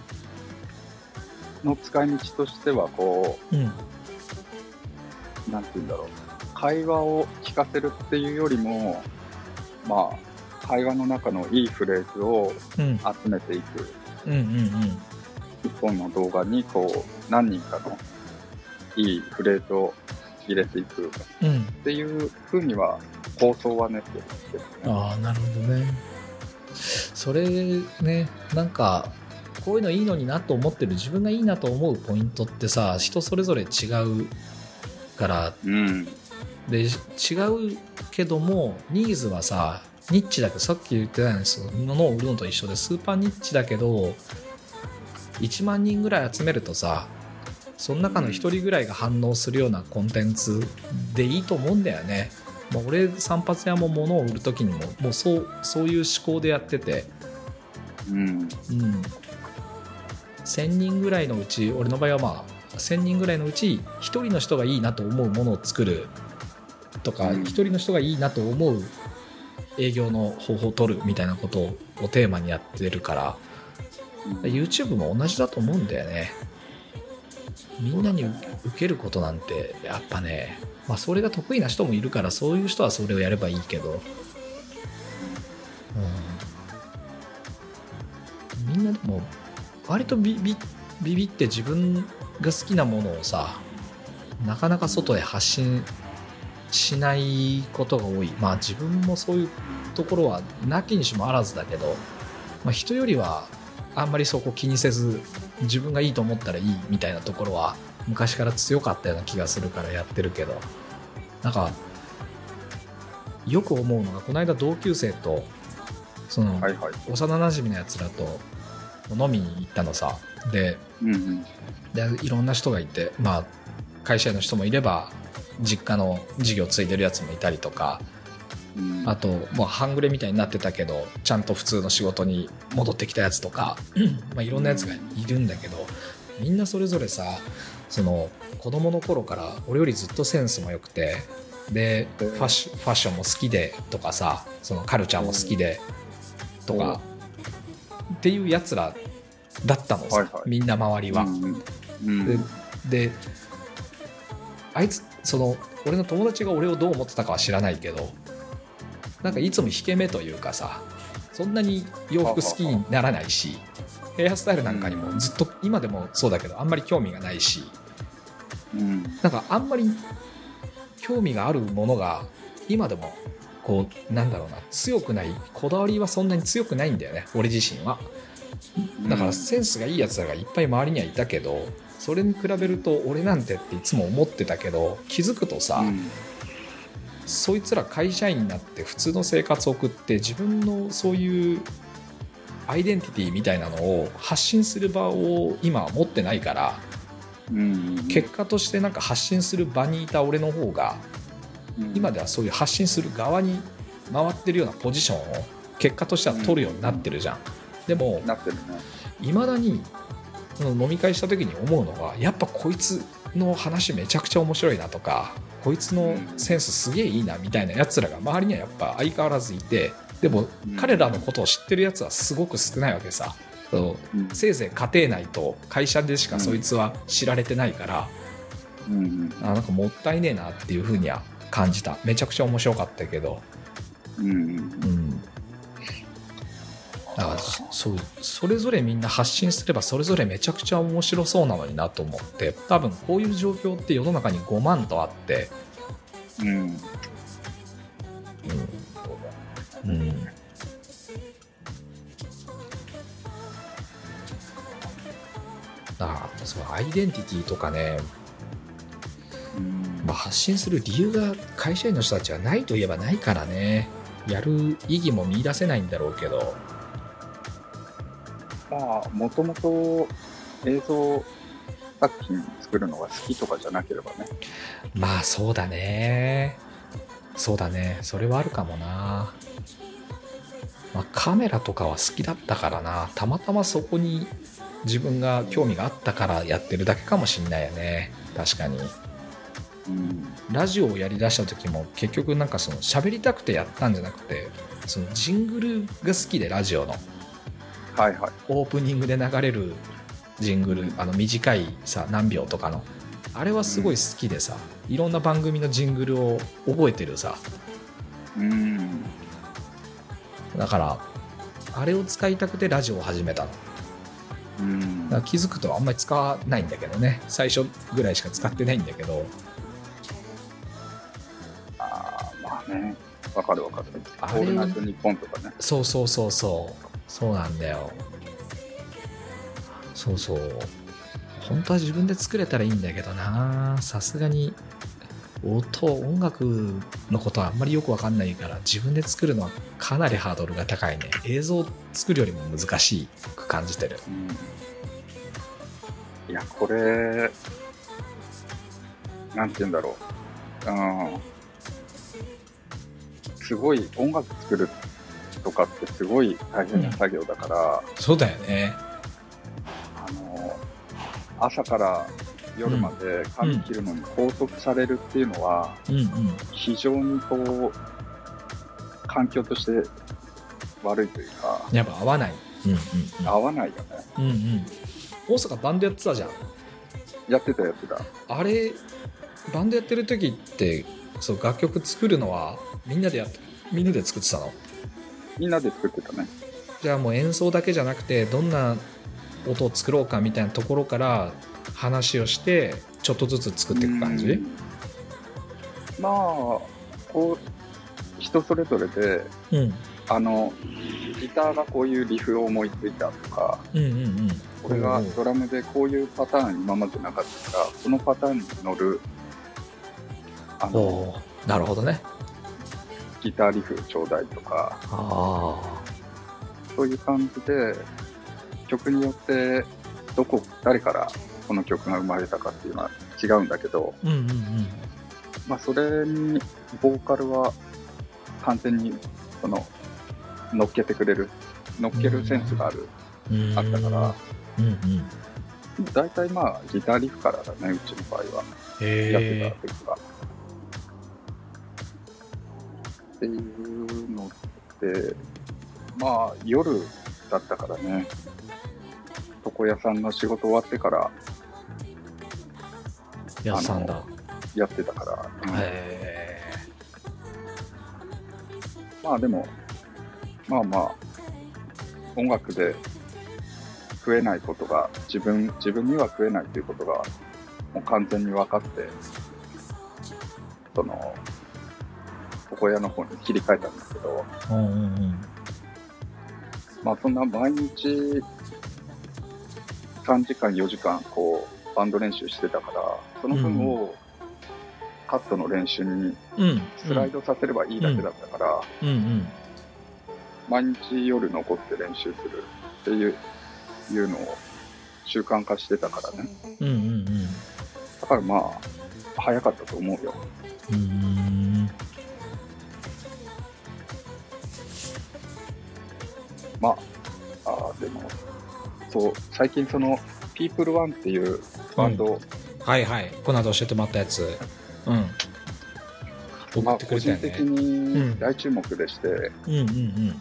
の使い道としてはこう、うん、なんて言うんだろう、会話を聞かせるっていうよりも、まあ会話の中のいいフレーズを集めていく、うんうんうんうん、一本の動画にこう何人かのいいフレーズを入れていくっていうふうには構想は練ってるんですけどね。 ああ、なるほどね。それね、なんかこういうのいいのになと思ってる、自分がいいなと思うポイントってさ、人それぞれ違うから、うん、で違うけどもニーズはさニッチだけど、さっき言ってたんですよ、物を売るのと一緒でスーパーニッチだけどいちまんにんぐらい集めるとさ、その中のひとりぐらいが反応するようなコンテンツでいいと思うんだよね。まあ、俺散髪屋も物を売る時にももうそうそういう思考でやってて、うん、うん、せんにんぐらいのうち、俺の場合はまあせんにんぐらいのうちひとりの人がいいなと思うものを作るとか、ひとりの人がいいなと思う営業の方法を取るみたいなことをテーマにやってるから、うん、YouTube も同じだと思うんだよね。みんなに受けることなんてやっぱね、まあそれが得意な人もいるから、そういう人はそれをやればいいけど、うん、みんなでも割とビビビビって自分が好きなものをさ、なかなか外で発信しないことが多い。まあ自分もそういうところはなきにしもあらずだけど、まあ、人よりはあんまりそこ気にせず自分がいいと思ったらいいみたいなところは昔から強かったような気がするからやってるけど、なんかよく思うのが、この間同級生とその幼なじみのやつらと飲みに行ったのさ。で、うんうん、でいろんな人がいて、まあ会社の人もいれば実家の事業継いでるやつもいたりとか、うん、あともう半グレみたいになってたけどちゃんと普通の仕事に戻ってきたやつとか、まあいろんなやつがいるんだけど、みんなそれぞれさ、その子供の頃から俺よりずっとセンスも良くて、でファッション、ファッションも好きでとかさ、そのカルチャーも好きでとかっていうやつらだったのさ、はいはい、みんな周りは、うんうん、で, であいつその俺の友達が俺をどう思ってたかは知らないけど、なんかいつも引け目というかさ、そんなに洋服好きにならないし、ヘアスタイルなんかにもずっと今でもそうだけどあんまり興味がないし、なんかあんまり興味があるものが今でもこうなんだろうな、強くない、こだわりはそんなに強くないんだよね、俺自身は。だからセンスがいいやつらがいっぱい周りにはいたけど、それに比べると俺なんてっていつも思ってたけど、気づくとさ、うん、そいつら会社員になって普通の生活を送って自分のそういうアイデンティティみたいなのを発信する場を今は持ってないから、うん、結果としてなんか発信する場にいた俺の方が、うん、今ではそういう発信する側に回ってるようなポジションを結果としては取るようになってるじゃん、うん、でもいまだに飲み会した時に思うのは、やっぱこいつの話めちゃくちゃ面白いなとか、こいつのセンスすげえいいなみたいなやつらが周りにはやっぱ相変わらずいて、でも彼らのことを知ってるやつはすごく少ないわけさ。そう、せいぜい家庭内と会社でしかそいつは知られてないから、うん、あ、なんかもったいねえなっていう風には感じた。めちゃくちゃ面白かったけど、うん、うん、だからそう、それぞれみんな発信すればそれぞれめちゃくちゃ面白そうなのになと思って、多分こういう状況って世の中にごまんとあって、うん、うん、うん、だからそうアイデンティティとかね、うん、まあ、発信する理由が会社員の人たちはないといえばないからね、やる意義も見出せないんだろうけど、 まあもともと映像作品作るのが好きとかじゃなければね。 まあそうだね、そうだね、それはあるかもな。まあ、カメラとかは好きだったからな、たまたまそこに自分が興味があったからやってるだけかもしんないよね。確かに。 うん、 ラジオをやりだした時も結局なんかその喋りたくてやったんじゃなくて、そのジングルが好きで、ラジオの、 はいはい、 オープニングで流れるジングル、あの短いさ何秒とかのあれはすごい好きでさ、いろんな番組のジングルを覚えてるさ、 うん、 だからあれを使いたくてラジオを始めたの。 うん、 だから気づくとあんまり使わないんだけどね、最初ぐらいしか使ってないんだけど。 あまあね、わかるわかる。 あれオールナイトニッポンとかね。 そうそうそうそうそうなんだよ。そうそう、本当は自分で作れたらいいんだけどな、さすがに音音楽のことはあんまりよく分かんないから、自分で作るのはかなりハードルが高いね。映像作るよりも難しく感じてる。 うん、いやこれなんて言うんだろう、うん、すごい音楽作るとかってすごい大変な作業だから、 うん、そうだよね。 あの朝から夜まで髪切るのに拘束されるっていうのは、うんうん、非常にこう環境として悪いというか、 やっぱ合わない、うんうんうん、 合わないよね、 うんうん、大阪バンドやってたじゃん。 やってたやってた。 あれバンドやってる時ってそう楽曲作るのはみんなでやってみんなで作ってたの？ みんなで作ってたね。 じゃあもう演奏だけじゃなくて、どんな音を作ろうかみたいなところから話をしてちょっとずつ作っていく感じ？ まあこう人それぞれで、うん、あのギターがこういうリフを思いついたとか、うんうんうん、これがドラムでこういうパターン今までなかったからそのパターンに乗る、 あのなるほどね、 ギターリフちょうだいとか、あそういう感じで曲によってどこ誰からこの曲が生まれたかっていうのは違うんだけど、うんうんうん、まあ、それにボーカルは完全にその乗っけてくれる乗っけるセンスがある、うん、あったから、うんうん、だいたいまあギターリフからだね、うちの場合はやってた時は。っていうのってまあ夜だったからね、床屋さんの仕事終わってからやってたんだ。 やってたから、うん、へまあでもまあまあ音楽で食えないことが自分自分には食えないということがもう完全に分かって、その床屋の方に切り替えたんですけど、うんうんうん、まあそんな毎日さんじかんよじかんこうバンド練習してたから、その分をカットの練習にスライドさせればいいだけだったから、うんうんうん、毎日夜残って練習するっていういうのを習慣化してたからね、うんうんうん、だからまあ早かったと思うよ。うーん、まあ、あでもそう最近そのピープルワンっていうバンド、うん、 はいはい、この後教えてもらったやつ、うん、 送ってくれたよね。まあ、個人的に大注目でして、うんうんうんうん、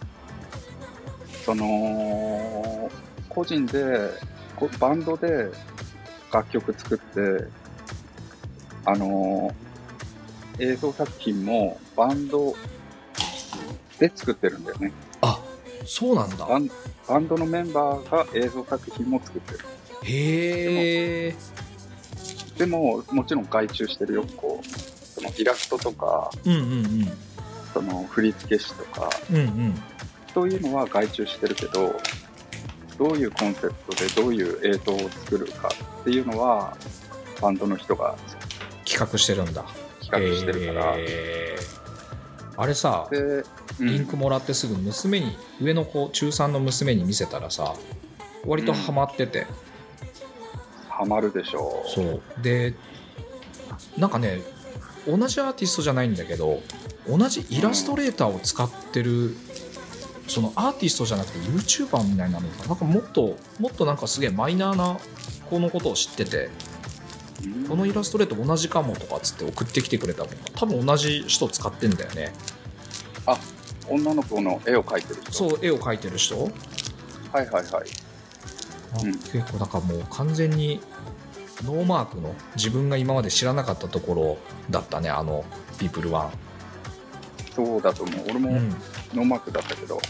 その個人でバンドで楽曲作ってあの映像作品もバンドで作ってるんだよね。 あ、そうなんだ。 バン、バンドのメンバーが映像作品も作ってる。 へえ。 でも、でももちろん外注してるよ。こうそのイラストとか、うんうんうん、その振付師とか、うんうん、そういうのは外注してるけど、どういうコンセプトでどういう映像を作るかっていうのはバンドの人が企画してるんだ。 企画してるから、 えー、あれさ、リンクもらってすぐ娘に、うん、上の子中さんの娘に見せたらさ、割とハマってて、うん、 ハマるでしょう。 そうで、なんかね、同じアーティストじゃないんだけど、同じイラストレーターを使ってる、うん、そのアーティストじゃなくて YouTuber みたいなのかなんかもっともっとなんかすげえマイナーな子のことを知ってて、 このイラストレート同じかもとかっつって送ってきてくれたもん。多分同じ人使ってんだよね。 あ、女の子の絵を描いてる人。 そう、絵を描いてる人。 はいはいはい。 あ、うん、結構だからもう完全にノーマークの自分が今まで知らなかったところだったね、あのピープルワン。 そうだと思う。俺もノーマークだったけど、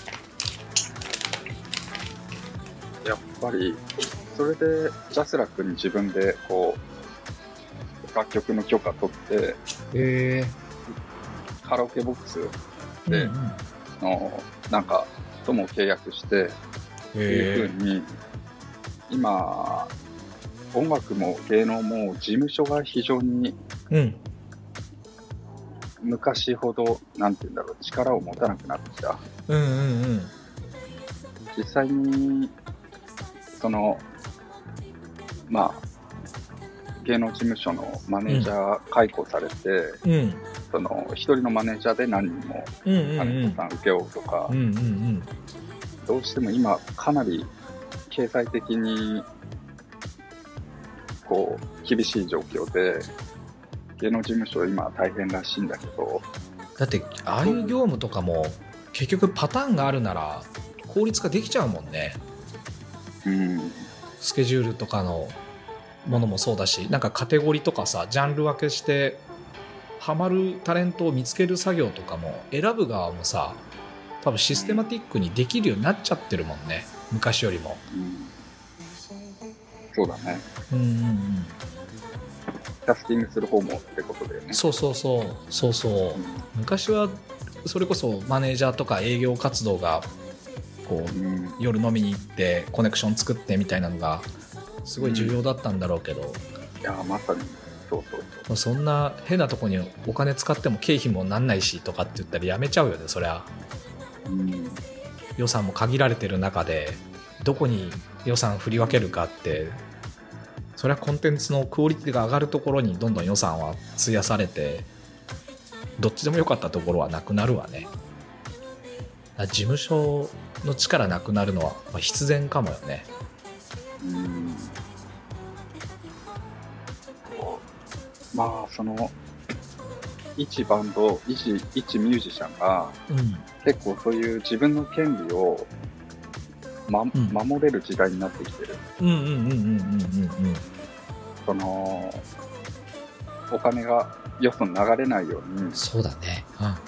うん、やっぱりそれでジャスラックに自分でこう楽曲の許可取って、 えー、カラオケボックスで、うんうん、のなんかとも契約してっていう風に、今音楽も芸能も事務所が非常に、うん、昔ほどなんて言うんだろう、力を持たなくなってきた。 うんうんうん、 実際にそのまあ芸能事務所のマネージャー解雇されて、うん、その一人のマネージャーで何人もタレントさん受け負うとか、うんうんうん、どうしても今かなり経済的にこう厳しい状況で芸能事務所今大変らしいんだけど、 だってああいう業務とかも結局パターンがあるなら効率化できちゃうもんね、うん、スケジュールとかのものもそうだし、なんかカテゴリーとかさ、ジャンル分けしてハマるタレントを見つける作業とかも選ぶ側もさ、多分システマティックにできるようになっちゃってるもんね、昔よりも、うん、 そうだね、うんうんうん、キャスティングする方もってことだよね。 そうそうそうそうそう、うん、昔はそれこそマネージャーとか営業活動がこう、うん、夜飲みに行ってコネクション作ってみたいなのがすごい重要だったんだろうけど、うん、 いやまさにそうそうそう、そんな変なとこにお金使っても経費もなんないしとかって言ったらやめちゃうよね、そりゃ、うん、予算も限られてる中でどこに予算振り分けるかって、それはコンテンツのクオリティが上がるところにどんどん予算は費やされて、どっちでも良かったところはなくなるわね。事務所の力なくなるのは必然かもよね。うん、 まあその一バンド一一ミュージシャンが、うん、結構そういう自分の権利を、まうん、守れる時代になってきてる。そのお金がよそに流れないように。 そうだね、うんうんうん、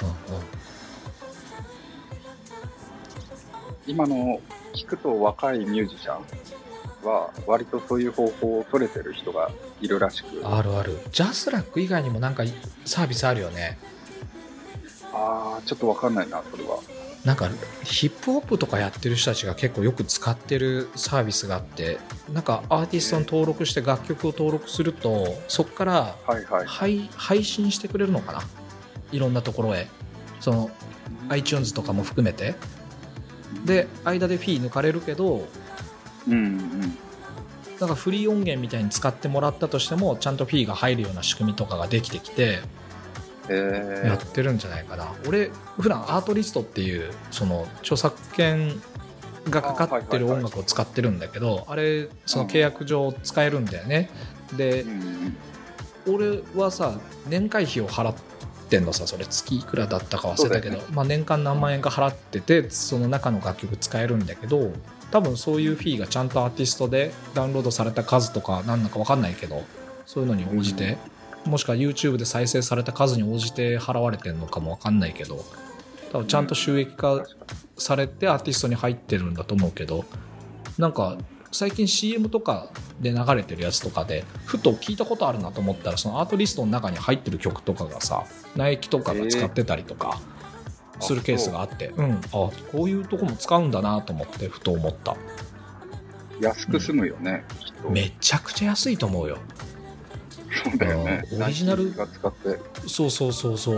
今の聞くと若いミュージシャンは割とそういう方法を取れてる人がいるらしく。 あるある。ジャスラック以外にもなんかサービスあるよね。 ああ、ちょっと分かんないなそれは。 なんかヒップホップとかやってる人たちが結構よく使ってるサービスがあって、なんかアーティストに登録して楽曲を登録すると、そこから配配信してくれるのかな、いろんなところへ、その iTunes とかも含めてで、間でフィー抜かれるけど、うんうん、なんかフリー音源みたいに使ってもらったとしてもちゃんとフィーが入るような仕組みとかができてきてやってるんじゃないかな。俺普段アートリストっていうその著作権がかかってる音楽を使ってるんだけど、あれその契約上使えるんだよね。で、俺はさ年会費を払ってんのさ、それ月いくらだったか忘れたけど、ね、まあ、年間何万円か払っててその中の楽曲使えるんだけど、多分そういうフィーがちゃんとアーティストでダウンロードされた数とか何だか分かんないけど、そういうのに応じて、もしくは YouTube で再生された数に応じて払われてるのかも分かんないけど、多分ちゃんと収益化されてアーティストに入ってるんだと思うけど、なんか最近 シーエム とかで流れてるやつとかでふと聞いたことあるなと思ったら、そのアートリストの中に入ってる曲とかがさ、ナイキとかが使ってたりとかするケースがあって、うん、あ、こういうとこも使うんだなと思ってふと思った。 安く済むよね、うん、きっと。 めちゃくちゃ安いと思うよ。 そうだよね、 オリジナルが使って、 そうそうそうそう、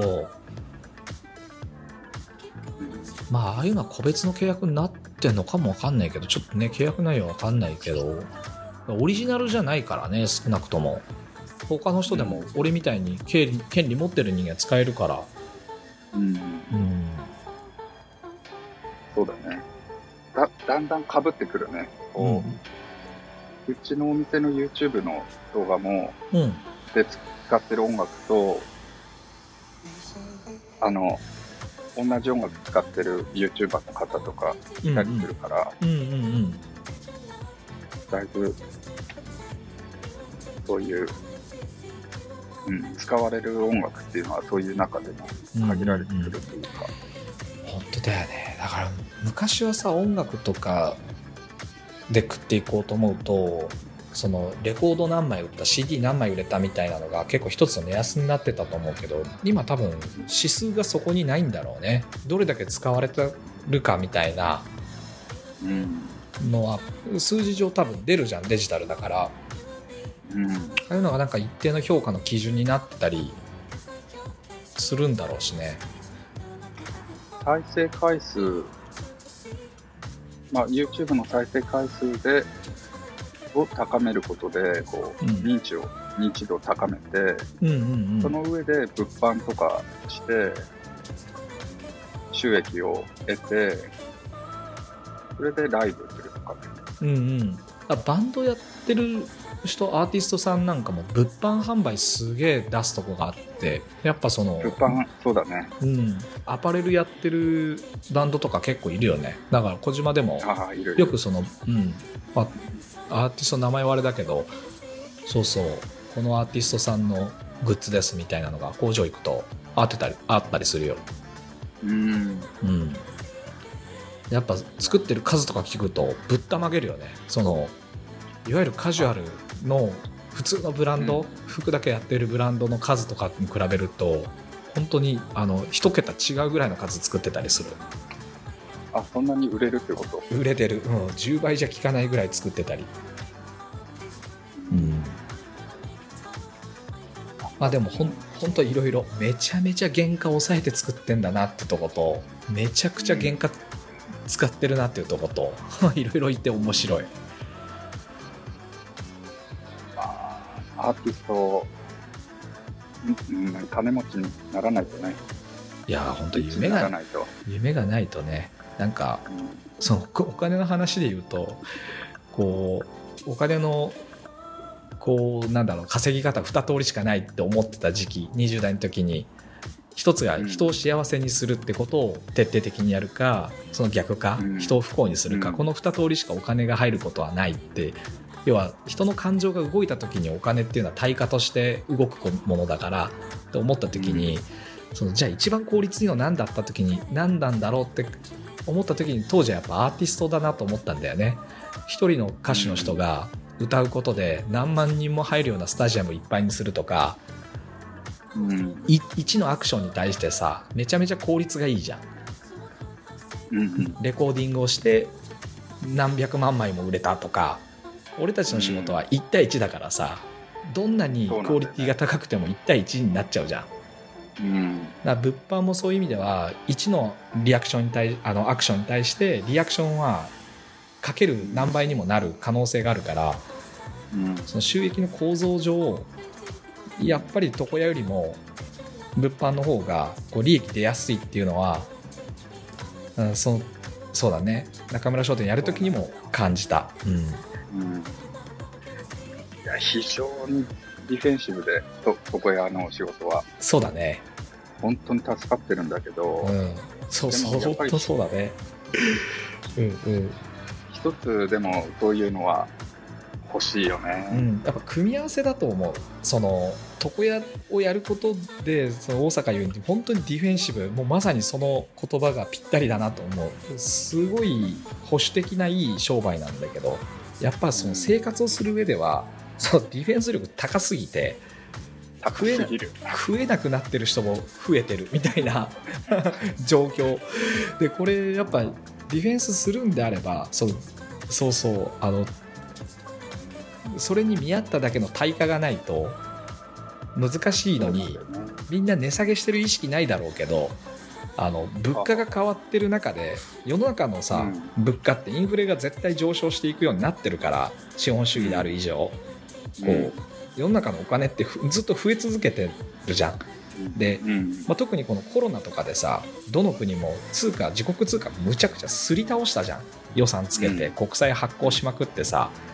まあああいうのは個別の契約になってんのかもわかんないけど、ちょっとね契約内容わかんないけど、オリジナルじゃないからね、少なくとも他の人でも俺みたいに権利、権利持ってる人間使えるから、うん、うん、 そうだね。だ, だんだん被ってくるね。こう、 うちのお店の YouTube の動画も、 うん、 で使ってる音楽と、あの、同じ音楽使ってる YouTuber の方とかいたりするから、 うんうんうんうん、 だいぶ、そういう、うん、使われる音楽っていうのはそういう中でも限られてくるというか。 うんうん、本当だよね。だから昔はさ、音楽とかで食っていこうと思うと、そのレコード何枚売った シーディー 何枚売れたみたいなのが結構一つの目安になってたと思うけど、今多分指数がそこにないんだろうね。どれだけ使われてるかみたいなのは数字上多分出るじゃん、デジタルだから、うん、ああいうのがなんか一定の評価の基準になってたりするんだろうしね。 再生回数、まあ、YouTube の再生回数でを高めることでこう、うん、認知を認知度を高めて、うんうんうん、その上で物販とかして収益を得て、それでライブするとかね。 うんうん。あ、バンドやってる人、アーティストさんなんかも物販販売すげえ出すとこがあって、やっぱその物販、そうだね、 うん、アパレルやってるバンドとか結構いるよね。だから小島でもよくその、うん、まあ、アーティストの名前はあれだけど、そうそう、このアーティストさんのグッズですみたいなのが工場行くとあってたりあったりするよ。うん、うん、やっぱ作ってる数とか聞くとぶったまげるよね。そのいわゆるカジュアルの普通のブランド、うん、服だけやってるブランドの数とかに比べると本当にあの一桁違うぐらいの数作ってたりする。 あ、そんなに売れるってこと？ 売れてる、うん、じゅうばいじゃ効かないぐらい作ってたり、うん、まあでもほん本当いろいろめちゃめちゃ原価を抑えて作ってんだなってとことめちゃくちゃ原価使ってるなっていうとこといろいろいて面白い。 アーティスト、うん、金持ちにならないとね。 いや本当夢がないと夢がないとね。なんか、うん、そのお金の話で言うとこうお金のこうなんだろう稼ぎ方に通りしかないって思ってた時期、にじゅう代の時に一つが人を幸せにするってことを徹底的にやるか、その逆か、うん、人を不幸にするか、うん、このに通りしかお金が入ることはないって、要は人の感情が動いた時にお金っていうのは対価として動くものだからと思った時に、うん、そのじゃあ一番効率いいの何だった時に何なんだろうって思った時に当時はやっぱアーティストだなと思ったんだよね。一人の歌手の人が歌うことで何万人も入るようなスタジアムいっぱいにするとか、うん、いちのアクションに対してさめちゃめちゃ効率がいいじゃん、うんうん、レコーディングをして何百万枚も売れたとか、俺たちの仕事はいち対いちだからさ、どんなにクオリティが高くてもいち対いちになっちゃうじゃん。うん、だから物販もそういう意味ではいちのリアクションに対あのアクションに対してリアクションはかける何倍にもなる可能性があるから、うん、その収益の構造上やっぱり床屋よりも物販の方がこう利益出やすいっていうのは、うん、そ, そうだね、中村商店やるときにも感じた、うんうん、いや非常にディフェンシブで床屋の仕事はそうだね、 本当に助かってるんだけど、うん、 そうそう本当そうだねうんうん一つでもそういうのは欲しいよね、 うん、やっぱ組み合わせだと思う。その床屋をやることでその大阪言うに本当にディフェンシブ、もうまさにその言葉がぴったりだなと思う。すごい保守的ないい商売なんだけど、やっぱその生活をする上では、うん、そのディフェンス力高すぎて高すぎる食えなくなってる人も増えてるみたいな状況で、これやっぱディフェンスするんであれば、そうそうそうあのそれに見合っただけの対価がないと難しいのに、みんな値下げしてる意識ないだろうけど、あの物価が変わってる中で世の中のさ、うん、物価ってインフレが絶対上昇していくようになってるから、資本主義である以上、うん、こう世の中のお金ってずっと増え続けてるじゃん。で、まあ、特にこのコロナとかでさ、どの国も通貨自国通貨むちゃくちゃすり倒したじゃん。予算つけて国債発行しまくってさ、そ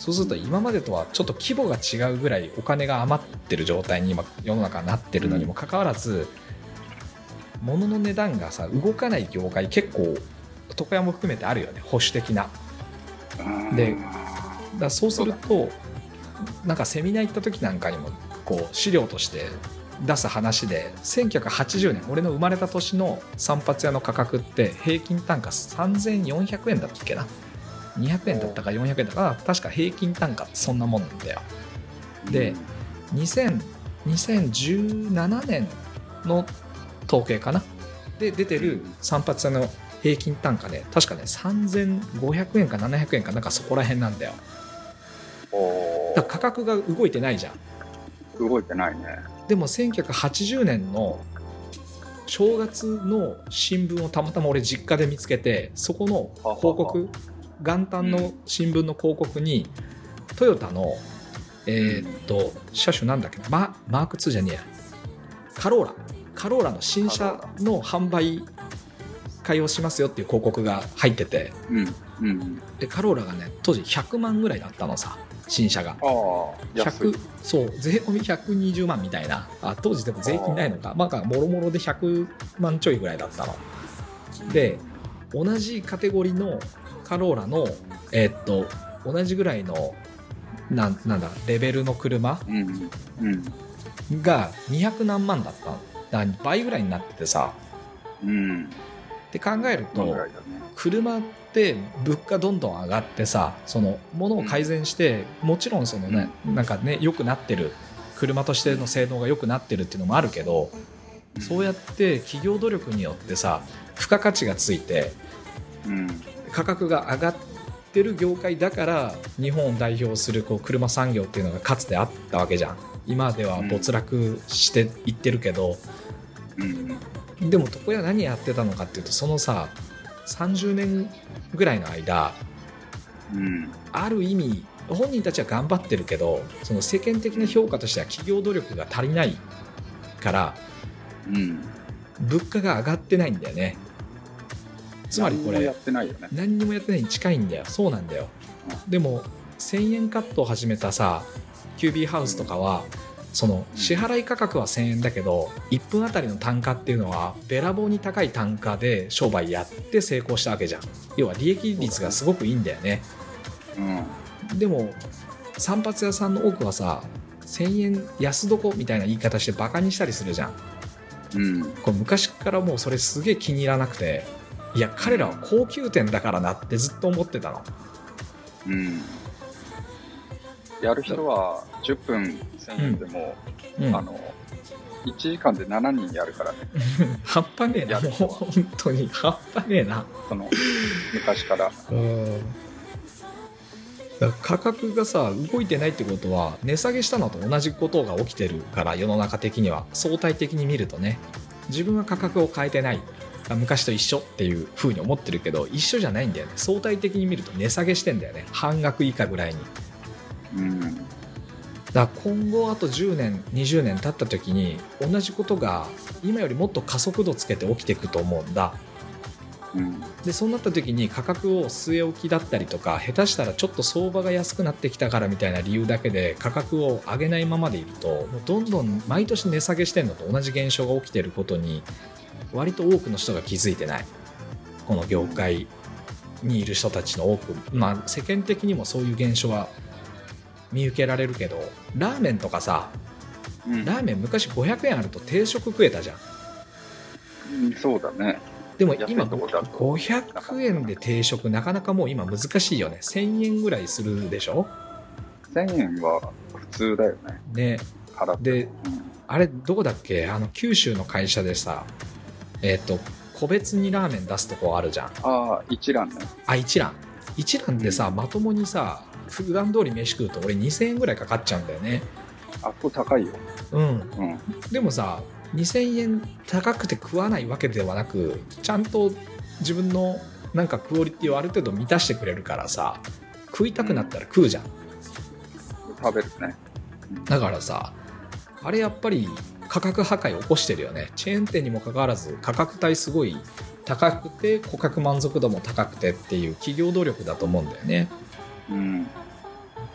そうすると今までとはちょっと規模が違うぐらいお金が余ってる状態に今世の中になってるのにもかかわらず、物の値段がさ動かない業界結構床屋も含めてあるよね、保守的な。でだそうするとなんかセミナー行った時なんかにもこう資料として出す話で、せんきゅうひゃくはちじゅうねん俺の生まれた年の散髪屋の価格って平均単価さんぜんよんひゃくえんだったっけな、にひゃくえんだったかよんひゃくえんだか、確か平均単価ってそんなもんなんだよ。でにせんじゅうななねんの統計かなで出てる散髪屋の平均単価ね、確かねさんぜんごひゃくえんかななひゃくえんかなんかそこら辺なんだよ。だから価格が動いてないじゃん。 動いてないね。でもせんきゅうひゃくはちじゅうねんの正月の新聞をたまたま俺実家で見つけて、そこの広告、元旦の新聞の広告にトヨタのえー、っと車種なんだっけな、マ, マークツーじゃねえやカローラカローラの新車の販売開業しますよっていう広告が入ってて、 うんうん、 でカローラがね当時ひゃくまんぐらいだったのさ、新車が。 あひゃくそう税込みひゃくにじゅうまんみたいな。あ当時でも税金ないのか、まあもろもろでひゃくまんちょいぐらいだったので、同じカテゴリーのカローラのえー、っと同じぐらいのな ん, なんだレベルの車、 うんうん、 がにひゃくなんまんだったの。だから倍ぐらいになっててさ、 うん、 って考えると、ね、車って物価どんどん上がってさ、そのものを改善して、うん、もちろんそのね、なんかね良くなってる、車としての性能が良くなってるっていうのもあるけど、うん、そうやって企業努力によってさ付加価値がついて、うん、価格が上がっててる業界だから日本を代表するこう車産業っていうのがかつてあったわけじゃん。今では没落していってるけど、うん、でも床屋何やってたのかっていうと、そのささんじゅうねんぐらいの間、うん、ある意味本人たちは頑張ってるけど、その世間的な評価としては企業努力が足りないから、うん、物価が上がってないんだよね。つまりこれ何にもやってないよね。何にもやってないに近いんだよ。そうなんだよ、うん、でもせんえんカットを始めたさキュービーハウスとかは、その支払い価格はせんえんだけどいっぷんあたりの単価っていうのはべらぼうに高い単価で商売やって成功したわけじゃん。要は利益率がすごくいいんだよね、うん、でも散髪屋さんの多くはさせんえん安床みたいな言い方してバカにしたりするじゃん、うん、これ昔からもうそれすげえ気に入らなくて、いや彼らは高級店だからなってずっと思ってたの、 うん、やる人はじゅっぷんせんえんでも、うんうん、あのいちじかんでしちにんやるからね半端ねえな、もう本当に半端ねえな、 その昔からうんだから価格がさ動いてないってことは値下げしたのと同じことが起きてるから、世の中的には相対的に見るとね、自分は価格を変えてない、昔と一緒っていう風に思ってるけど一緒じゃないんだよね。相対的に見ると値下げしてんだよね、半額以下ぐらいに、うん、だから今後あとじゅうねんにじゅうねん経った時に同じことが今よりもっと加速度つけて起きていくと思うんだ、うん、でそうなった時に価格を据え置きだったりとか、下手したらちょっと相場が安くなってきたからみたいな理由だけで価格を上げないままでいると、もうどんどん毎年値下げしてるのと同じ現象が起きてることに割と多くの人が気づいてない。この業界にいる人たちの多く、まあ世間的にもそういう現象は見受けられるけど、ラーメンとかさ、うん、ラーメン昔ごひゃくえんあると定食食えたじゃん、 うん、そうだね。 でも今ごひゃくえんで定食なかなかもう今難しいよね。せんえんぐらいするでしょ。 せんえんは普通だよね。 ねで、うん、あれどこだっけ、あの九州の会社でさ、えっと個別にラーメン出すとこあるじゃん。 ああ一蘭ね。 あ一蘭一蘭ってさ、うん、まともにさ普段通り飯食うと俺にせんえんぐらいかかっちゃうんだよね。 あこれ高いよ。 うん、うん、でもさにせんえん高くて食わないわけではなく、ちゃんと自分のなんかクオリティをある程度満たしてくれるからさ、食いたくなったら食うじゃん、うん、 食べるね、 うん、だからさあれやっぱり価格破壊を起こしてるよね。チェーン店にもかかわらず価格帯すごい高くて顧客満足度も高くてっていう企業努力だと思うんだよね、 うん、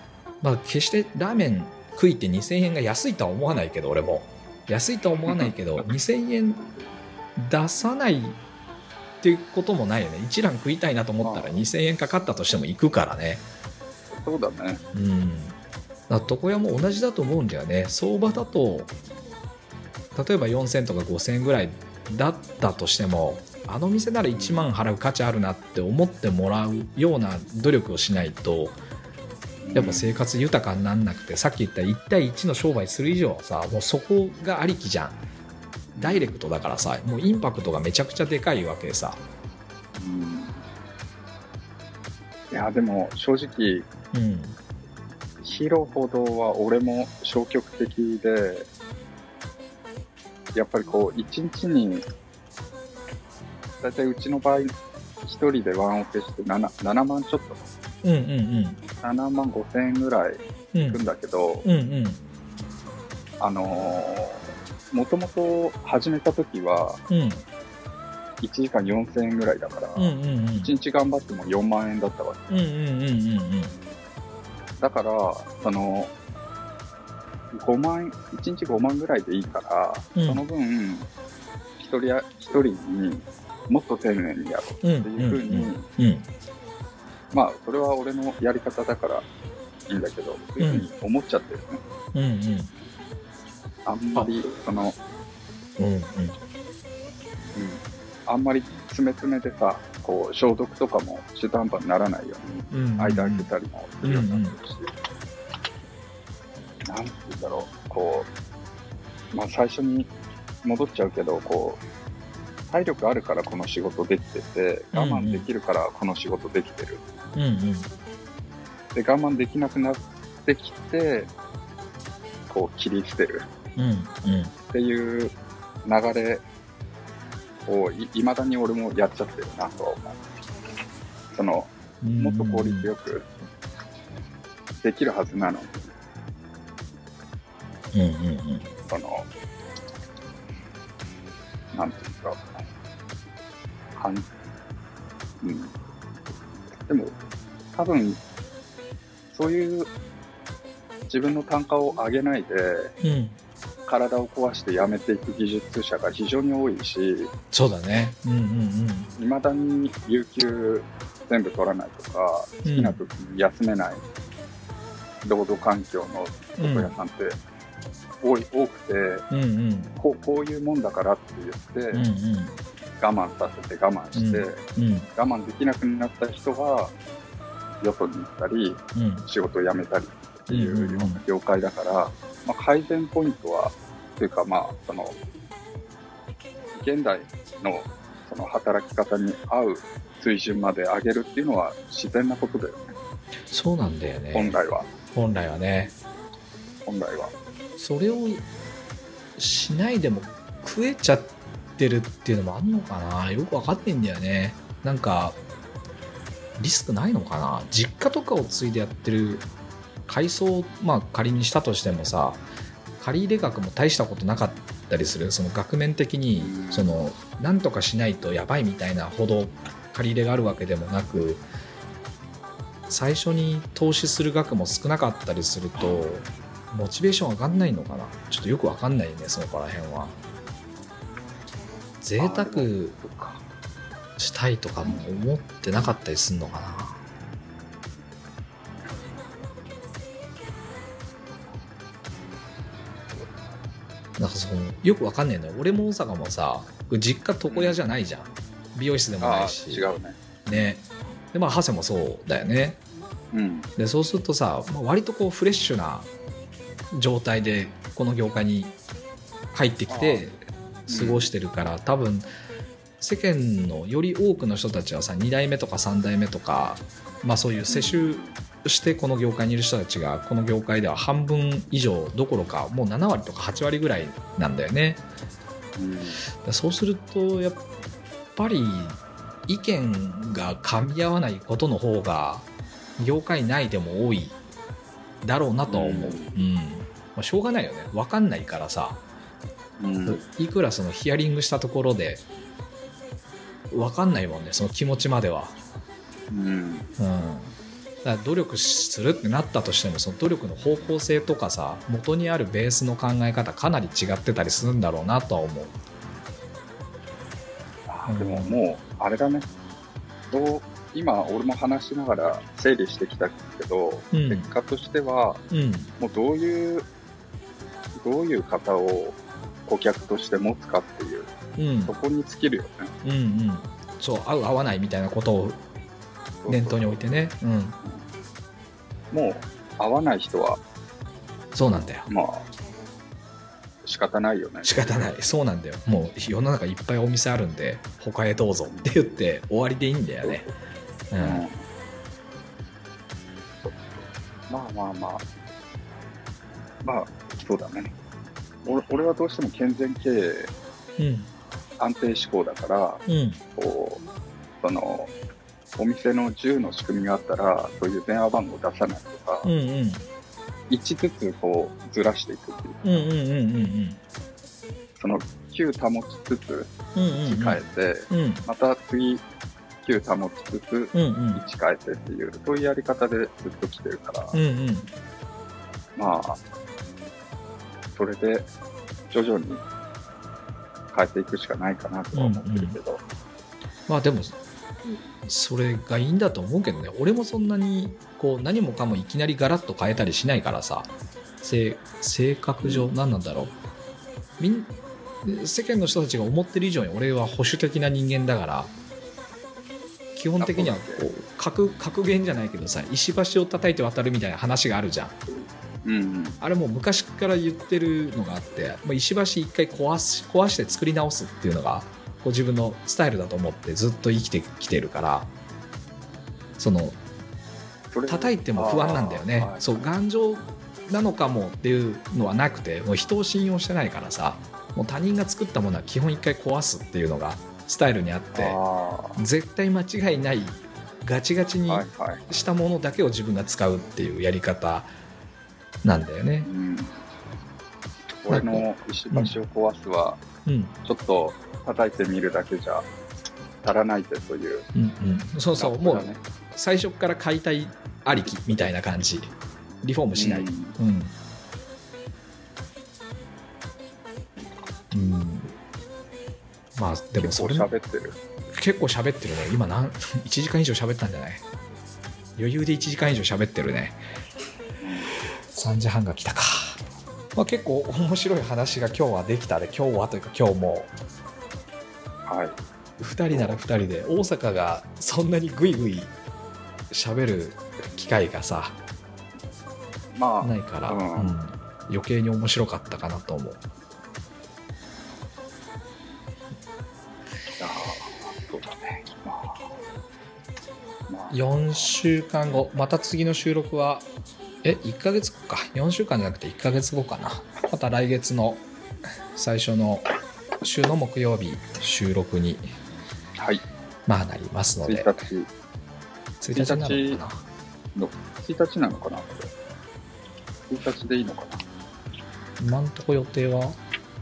まあ決してラーメン食いってにせんえんが安いとは思わないけど、俺も安いとは思わないけどにせんえん出さないっていうこともないよね。一蘭食いたいなと思ったらにせんえんかかったとしても行くからね。 そうだね。 うん。だから床屋も同じだと思うんだよね。相場だと例えばよんせんとかごせんえんぐらいだったとしても、あの店ならいちまん払う価値あるなって思ってもらうような努力をしないとやっぱ生活豊かになんなくて、さっき言ったいち対いちの商売する以上はさ、もうそこがありきじゃん。ダイレクトだからさ、もうインパクトがめちゃくちゃでかいわけでさ。 うん、いやでも正直、うん、ヒロほどは俺も消極的で、やっぱりこういちにちにだいたいうちの場合ひとりでワンオペして 7, ななまんちょっと、うんうんうん、ななまんごせんえんぐらいいくんだけど、うんうんうん、あのー、もともと始めた時は、うん、いちじかんよんせんえんぐらいだから、うんうんうん、いちにち頑張ってもよんまんえんだったわけ、うんうんうんうん、だからそのごまん、いちにちごまんぐらいでいいから、うん、その分一人や一人にもっと丁寧にやろうっていうふうに、うんうん、まあそれは俺のやり方だからいいんだけど、そういうふうに思っちゃってるね、うんうん、あんまりその、うんうんうん、あんまり詰め詰めでさ、こう消毒とかも中途半端にならないように、うんうん、間開けたりもするようになってるし、うんうん、なんて言うんだろう、こう、まあ最初に戻っちゃうけど、こう体力あるからこの仕事できてて、我慢できるからこの仕事できてる、うんうん、で我慢できなくなってきてこう切り捨てる、うんうん、っていう流れを い, いまだに俺もやっちゃってるなとは思う。そのもっと効率よくできるはずなのに、うんうんうん、そのなんていうか、はん、うん、でも多分そういう自分の単価を上げないで、うん、体を壊してやめていく技術者が非常に多いし、 そうだね、うんうんうん、 未だに有給全部取らないとか、好きな時に休めない労働環境の床屋さんって、うん多い多くて、うんうん、こ, うこういうもんだからって言って、うんうん、我慢させて我慢して、うんうん、我慢できなくなった人はよそに行ったり、うん、仕事を辞めたりっていうような業界だから、まあ、改善ポイントはというか、まあその現代のその働き方に合う水準まで上げるっていうのは自然なことだよね。 そうなんだよね。 本来は。 本来はね。 本来は。 それをしないでも食えちゃってるっていうのもあんのかな、よく分かってんだよね。なんかリスクないのかな。実家とかを継いでやってる改装、まあ仮にしたとしてもさ、借入額も大したことなかったりする。その額面的にそのなんとかしないとやばいみたいなほど借り入れがあるわけでもなく、最初に投資する額も少なかったりするとモチベーション上がんないのかな。ちょっとよくわかんないね、そこら辺は。贅沢したいとかも思ってなかったりすんのかな。なんかそのよくわかんないのよ。俺も大阪もさ、実家床屋じゃないじゃん。美容室でもないし。 違うね。 ね。でまあ長谷もそうだよね。うん。でそうするとさ、まあ、割とこうフレッシュな状態でこの業界に入ってきて過ごしてるから、うん、多分世間のより多くの人たちはさに代目とかさん代目とか、まあ、そういう世襲してこの業界にいる人たちがこの業界では半分以上どころかもうなな割とかはち割ぐらいなんだよね、うん、そうするとやっぱり意見が噛み合わないことの方が業界内でも多いだろうなとは思う、うんまあ、しょうがないよね。分かんないからさ、うん、いくらそのヒアリングしたところで分かんないもんね、その気持ちまでは、うんうん、 だから努力するってなったとしてもその努力の方向性とかさ元にあるベースの考え方かなり違ってたりするんだろうなとは思う。 あでももうあれだね、どう今俺も話しながら整理してきたけど、うん、結果としては、うん、もうどういうどういう方を顧客として持つかっていう、うん、そこに尽きるよね。 うんうん、そう合う合わないみたいなことを念頭に置いてね。うん、 もう合わない人はそうなんだよ。 まあ仕方ないよね。 仕方ない。そうなんだよ。もう世の中いっぱいお店あるんで他へどうぞって言って終わりでいいんだよね。うん、うん、 まあまあまあまあそうだね。俺, 俺はどうしても健全経営、うん、安定志向だから、うん、こうそのお店のじゅうの仕組みがあったらそういう電話番号出さないとか、うんうん、いちずつこうずらしていくっていう、うんうんうんうん、そのきゅう保ちつついち変えて、うんうんうん、また次きゅう保ちつついち変えてっていう、そういうやり方でずっと来てるから、うんうん、まあそれで徐々に変えていくしかないかなとは思ってるけど、うんうん、 まあでもそれがいいんだと思うけどね。俺もそんなにこう何もかもいきなりガラッと変えたりしないからさ、性, 性格上何なんだろう、みん世間の人たちが思ってる以上に俺は保守的な人間だから基本的にはこう 格, 格言じゃないけどさ、石橋を叩いて渡るみたいな話があるじゃん。うんうん、あれも昔から言ってるのがあって、もう石橋一回壊し、壊して作り直すっていうのがこう自分のスタイルだと思ってずっと生きてきてるから、その叩いても不安なんだよね、はい、そう頑丈なのかもっていうのはなくて、もう人を信用してないからさ、もう他人が作ったものは基本一回壊すっていうのがスタイルにあって、あ絶対間違いないガチガチにしたものだけを自分が使うっていうやり方なんだよね、うん、 俺の石橋を壊すは、うん、ちょっと叩いてみるだけじゃ足らないでという、うんうん、そうそう、もう最初から解体ありきみたいな感じ、リフォームしない、うんうんうん、まあでもそれ結構喋ってる結構喋ってるね。今何いちじかん以上喋ったんじゃない？余裕でいちじかん以上喋ってるね。さんじはんが来たか、まあ、結構面白い話が今日はできたで、今日はというか今日も、はい、ふたりならふたりで大阪がそんなにグイグイ喋る機会がさ、まあ、ないから、うんうん、余計に面白かったかなと思う。 そうだね、まあまあ、よんしゅうかんごまた次の収録はえいっかげつごか、よんしゅうかんじゃなくていっかげつごかな。また来月の最初の週の木曜日収録に、はい、まあなりますので、 ついたちなのかな、ついたちなのかな、ついたちでいいのかな。 今んとこ予定は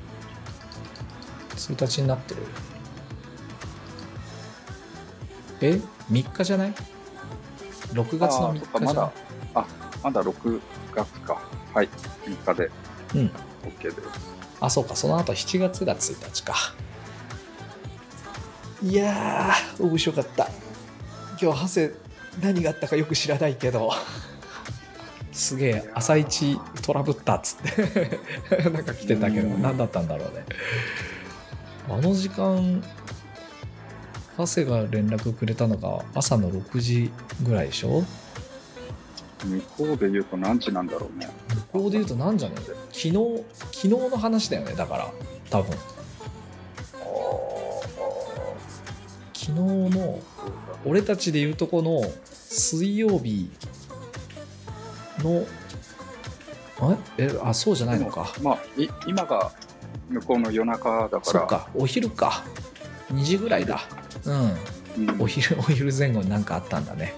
ついたちになってる。えみっかじゃない？ろくがつのみっかじゃない？ あ、まだろくがつか。はい、みっかで、うん、OK です。 あ、そうか、その後しちがつがついたちか。いやー面白かった。今日長谷何があったかよく知らないけどすげえ朝一トラブったっつってなんか来てたけど何だったんだろうね。あの時間長谷が連絡くれたのが朝のろくじぐらいでしょ。 向こうで言うと何時なんだろうね。 向こうで言うと何時なんだよ。昨日昨日の話だよね。だから多分昨日の俺たちで言うとこの水曜日のあえあそうじゃないのか。 まあい今が向こうの夜中だから。 そっか、お昼か、にじぐらいだ。うん、うん、お昼お昼前後に何かあったんだね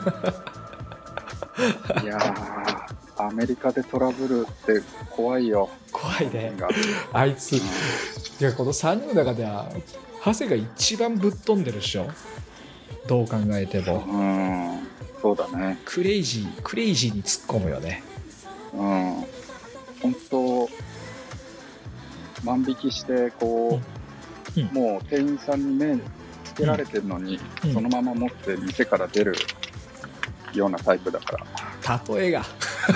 いやーアメリカでトラブルって怖いよ。 怖いねあいつ、うん、いやこのさんにんの中では長谷が一番ぶっ飛んでるっしょ、どう考えても。 うんそうだね。 クレイジークレイジーに突っ込むよね。 うん。本当万引きしてこう、うん、もう店員さんに目つけられてるのに、うん、そのまま持って店から出るようなタイプだから。 例えが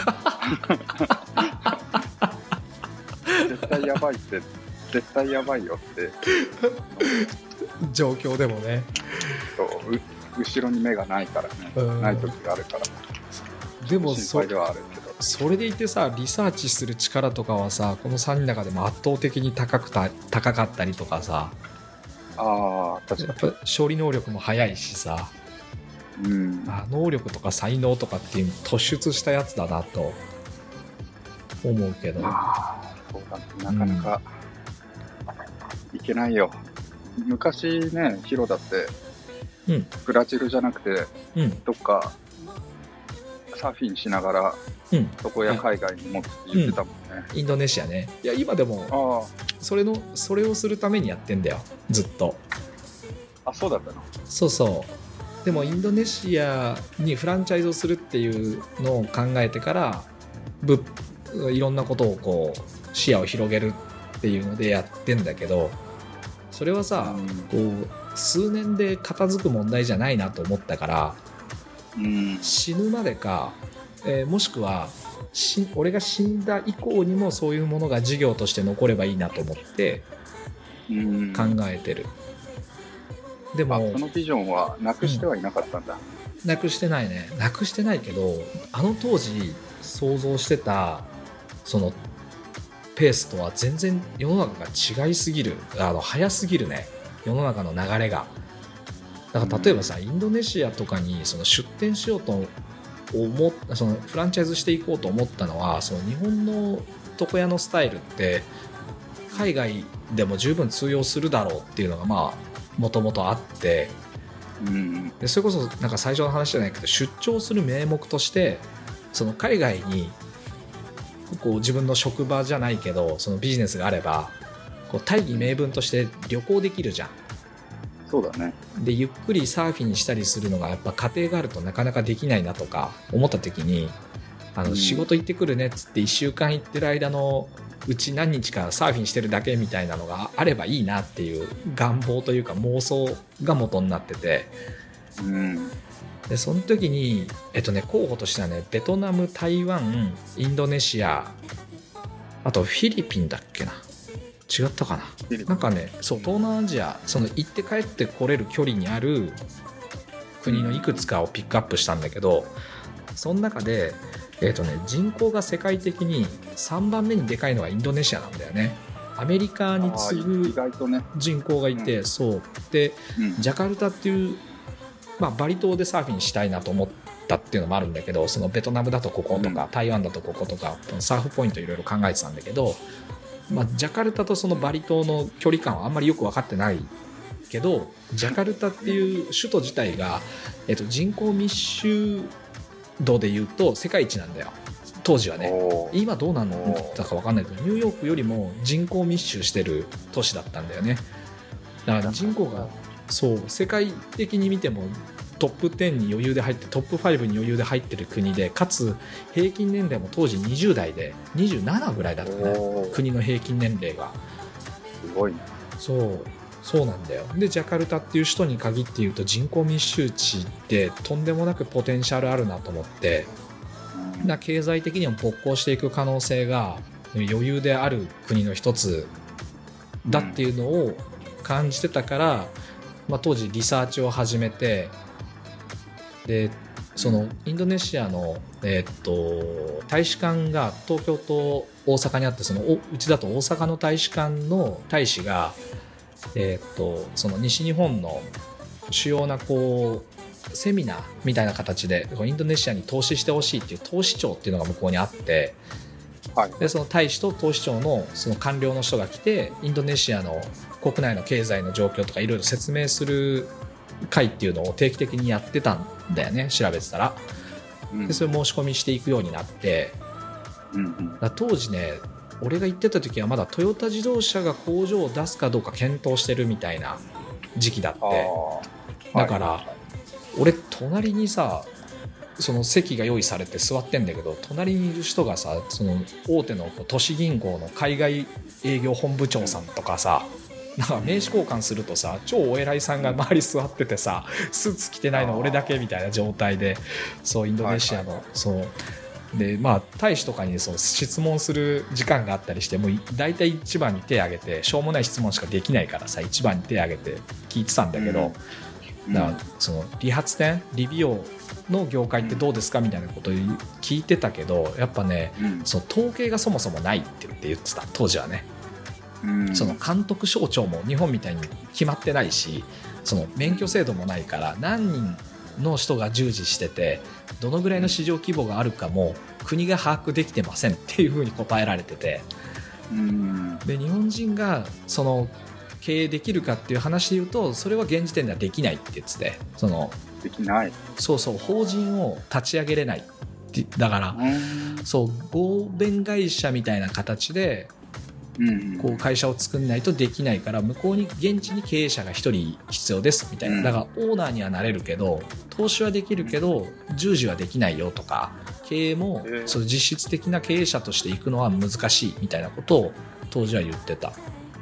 絶対やばいって絶対やばいよって状況でもね。 そうう後ろに目がないからね、ない時があるから。 でも心配ではあるけど、 それでいてさ、リサーチする力とかはさ、このさんにんの中でも圧倒的に高くた高かったりとかさ、 あ確かにやっぱ処理能力も早いしさ、 うん、 あ能力とか才能とかっていう突出したやつだなと思うけど、 あそうだ、ね、なかなかいけないよ、うん、昔ねヒロだって、うん、ブラジルじゃなくて、うん、どっかサーフィンしながら、うん、そこや海外に持って言ってたもんね、 うん、インドネシアね。いや今でもそれのそれをするためにやってんだよずっと。 あそうだったの。 そうそう。でもインドネシアにフランチャイズをするっていうのを考えてからぶいろんなことをこう視野を広げるっていうのでやってんだけど、それはさ、うん、こう数年で片付く問題じゃないなと思ったから、うん、死ぬまでか、えー、もしくはし俺が死んだ以降にもそういうものが事業として残ればいいなと思って考えてる、うん、でもそのビジョンはなくしてはいなかったんだ、 うん、なくしてないね。なくしてないけど、あの当時想像してたそのペースとは全然世の中が違いすぎる、あの早すぎるね、世の中の流れが。だから例えばさ、インドネシアとかにその出店しようと思っそのフランチャイズしていこうと思ったのは、その日本の床屋のスタイルって海外でも十分通用するだろうっていうのがまあもともとあって、うん、でそれこそなんか最初の話じゃないけど、出張する名目としてその海外にこう自分の職場じゃないけどそのビジネスがあればこう大義名分として旅行できるじゃん。 そうだね。 でゆっくりサーフィンしたりするのがやっぱ家庭があるとなかなかできないなとか思った時に、あの仕事行ってくるねっつっていっしゅうかん行ってる間のうち何日かサーフィンしてるだけみたいなのがあればいいなっていう願望というか妄想が元になってて、うん、でその時にえっとね候補としてはね、ベトナム、台湾、インドネシア、あとフィリピンだっけな、違ったかな、なんかね、そう東南アジア、その行って帰ってこれる距離にある国のいくつかをピックアップしたんだけど、その中で、えーとね、人口が世界的にさんばんめにでかいのがインドネシアなんだよね。アメリカに次ぐ人口がいて、そうで、ジャカルタっていう、まあ、バリ島でサーフィンしたいなと思ったっていうのもあるんだけど、そのベトナムだとこことか、台湾だとこことかサーフポイントいろいろ考えてたんだけど、まあ、ジャカルタとそのバリ島の距離感はあんまりよく分かってないけど、ジャカルタっていう首都自体が、えっと、人口密集度でいうと世界一なんだよ当時はね。今どうなんだか分かんないけど、ニューヨークよりも人口密集してる都市だったんだよね。だから人口がそう世界的に見てもトップじゅうに余裕で入って、トップごに余裕で入ってる国で、かつ平均年齢も当時にじゅう代でにじゅうななぐらいだったね、国の平均年齢が。 すごいね。 そうそうなんだよ。でジャカルタっていう首都に限って言うと人口密集地でとんでもなくポテンシャルあるなと思って、うん、だ経済的にも勃興していく可能性が余裕である国の一つだっていうのを感じてたから、まあ、当時リサーチを始めて、でそのインドネシアの、えー、っと大使館が東京と大阪にあって、そのうちだと大阪の大使館の大使が、えー、っとその西日本の主要なこうセミナーみたいな形でインドネシアに投資してほしいっていう投資庁っていうのが向こうにあって、はい、でその大使と投資庁のその官僚の人が来て、インドネシアの国内の経済の状況とかいろいろ説明する会っていうのを定期的にやってたんだよね、調べてたら。でそれ申し込みしていくようになって、うんうん、だ当時ね俺が行ってた時はまだトヨタ自動車が工場を出すかどうか検討してるみたいな時期だって。だから、はい、俺隣にさその席が用意されて座ってんだけど、隣にいる人がさ、その大手の都市銀行の海外営業本部長さんとかさ、なんか名刺交換するとさ、超お偉いさんが周り座っててさ、スーツ着てないの俺だけみたいな状態で、そうインドネシアの、はいはい、そうで、まあ大使とかにそう質問する時間があったりして、もう大体一番に手を挙げて、しょうもない質問しかできないからさ、一番に手を挙げて聞いてたんだけど、うん、だからその理髪店、理美容の業界ってどうですかみたいなことを聞いてたけど、やっぱね、うん、その統計がそもそもないって言って言ってた、当時はね。うん、その監督省庁も日本みたいに決まってないし、その免許制度もないから、何人の人が従事しててどのぐらいの市場規模があるかも国が把握できてませんっていうふうに答えられてて、うん、で日本人がその経営できるかっていう話で言うと、それは現時点ではできないって言ってて、そのできない、 そうそう、法人を立ち上げれないってだから、そう合弁会社みたいな形でこう会社を作んないとできないから、向こうに現地に経営者がひとり必要ですみたいな。だからオーナーにはなれるけど投資はできるけど従事はできないよとか、経営もそう実質的な経営者としていくのは難しいみたいなことを当時は言ってた。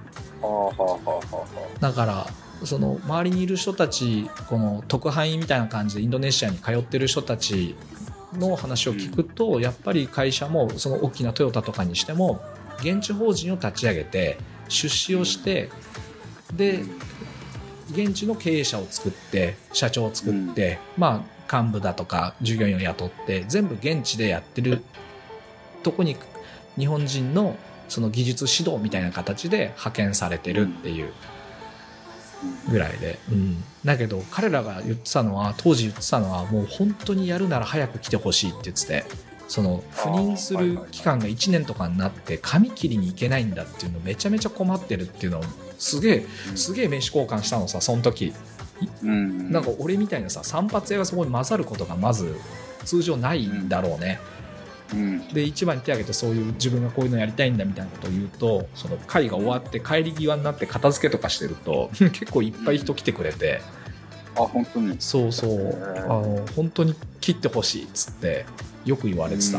だからその周りにいる人たち、この特派員みたいな感じでインドネシアに通ってる人たちの話を聞くと、やっぱり会社もその大きなトヨタとかにしても現地法人を立ち上げて出資をして、で現地の経営者を作って社長を作って、まあ幹部だとか従業員を雇って全部現地でやってるとこに日本人のその技術指導みたいな形で派遣されてるっていうぐらいで、うん、だけど彼らが言ってたのは、当時言ってたのは、もう本当にやるなら早く来てほしいって言ってて、その赴任する期間がいちねんとかになって髪切りに行けないんだっていうのめちゃめちゃ困ってるっていうのをすげえすげえ名刺交換したのさ、その時、うん、なんか俺みたいなさ散髪屋がそこに混ざることがまず通常ないんだろうね、うん、で一番に手を挙げてそういう自分がこういうのやりたいんだみたいなことを言うと、その会が終わって帰り際になって片付けとかしてると結構いっぱい人来てくれて、 あ本当にそうそう、あの本当に切ってほしいっつってよく言われてた、うん、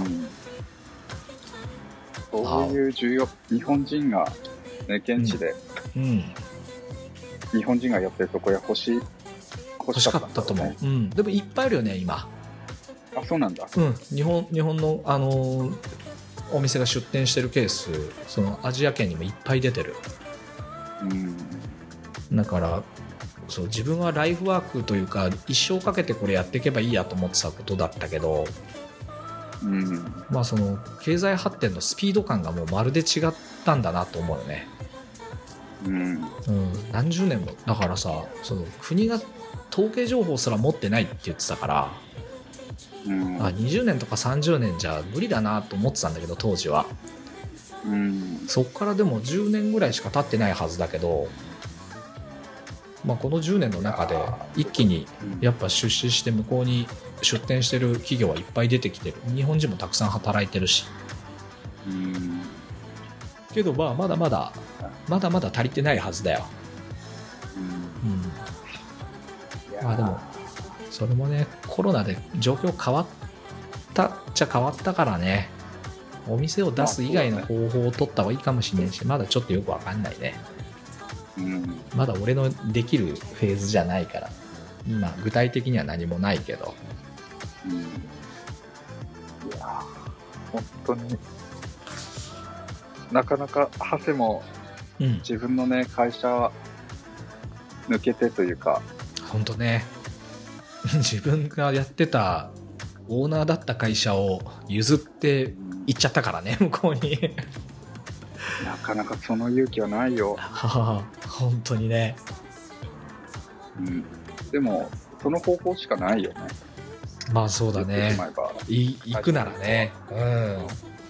そういう重要、日本人が、ね、現地で、うんうん、日本人がやってるところ欲しい欲しかったと思う、うん、でもいっぱいあるよね今。 あそうなんだ、 うん、日本、日本の、あのー、お店が出店してるケース、そのアジア圏にもいっぱい出てる、うん、だからそう自分はライフワークというか一生かけてこれやっていけばいいやと思ってたことだったけど、うん、まあその経済発展のスピード感がもうまるで違ったんだなと思うよね、うんうん、何十年もだからさ、その国が統計情報すら持ってないって言ってたから、うん、あにじゅうねんとかさんじゅうねんじゃ無理だなと思ってたんだけど当時は、うん、そっからでもじゅうねんぐらいしか経ってないはずだけど、まあ、このじゅうねんの中で一気にやっぱ出資して向こうに出店してる企業はいっぱい出てきてる、日本人もたくさん働いてるし、うんけどまあまだまだまだまだ足りてないはずだよ、うんうん、まあでもそれもねコロナで状況変わったっちゃ変わったからね、お店を出す以外の方法を取った方がいいかもしれないし、まだちょっとよくわかんないね、うん、まだ俺のできるフェーズじゃないから今具体的には何もないけど、うん、いや本当になかなか長谷も自分のね、うん、会社抜けてというか本当ね自分がやってたオーナーだった会社を譲って行っちゃったからね、向こうになかなかその勇気はないよ本当にね、 うん、でもその方法しかないよね。 まあそうだね、い行くならね、うん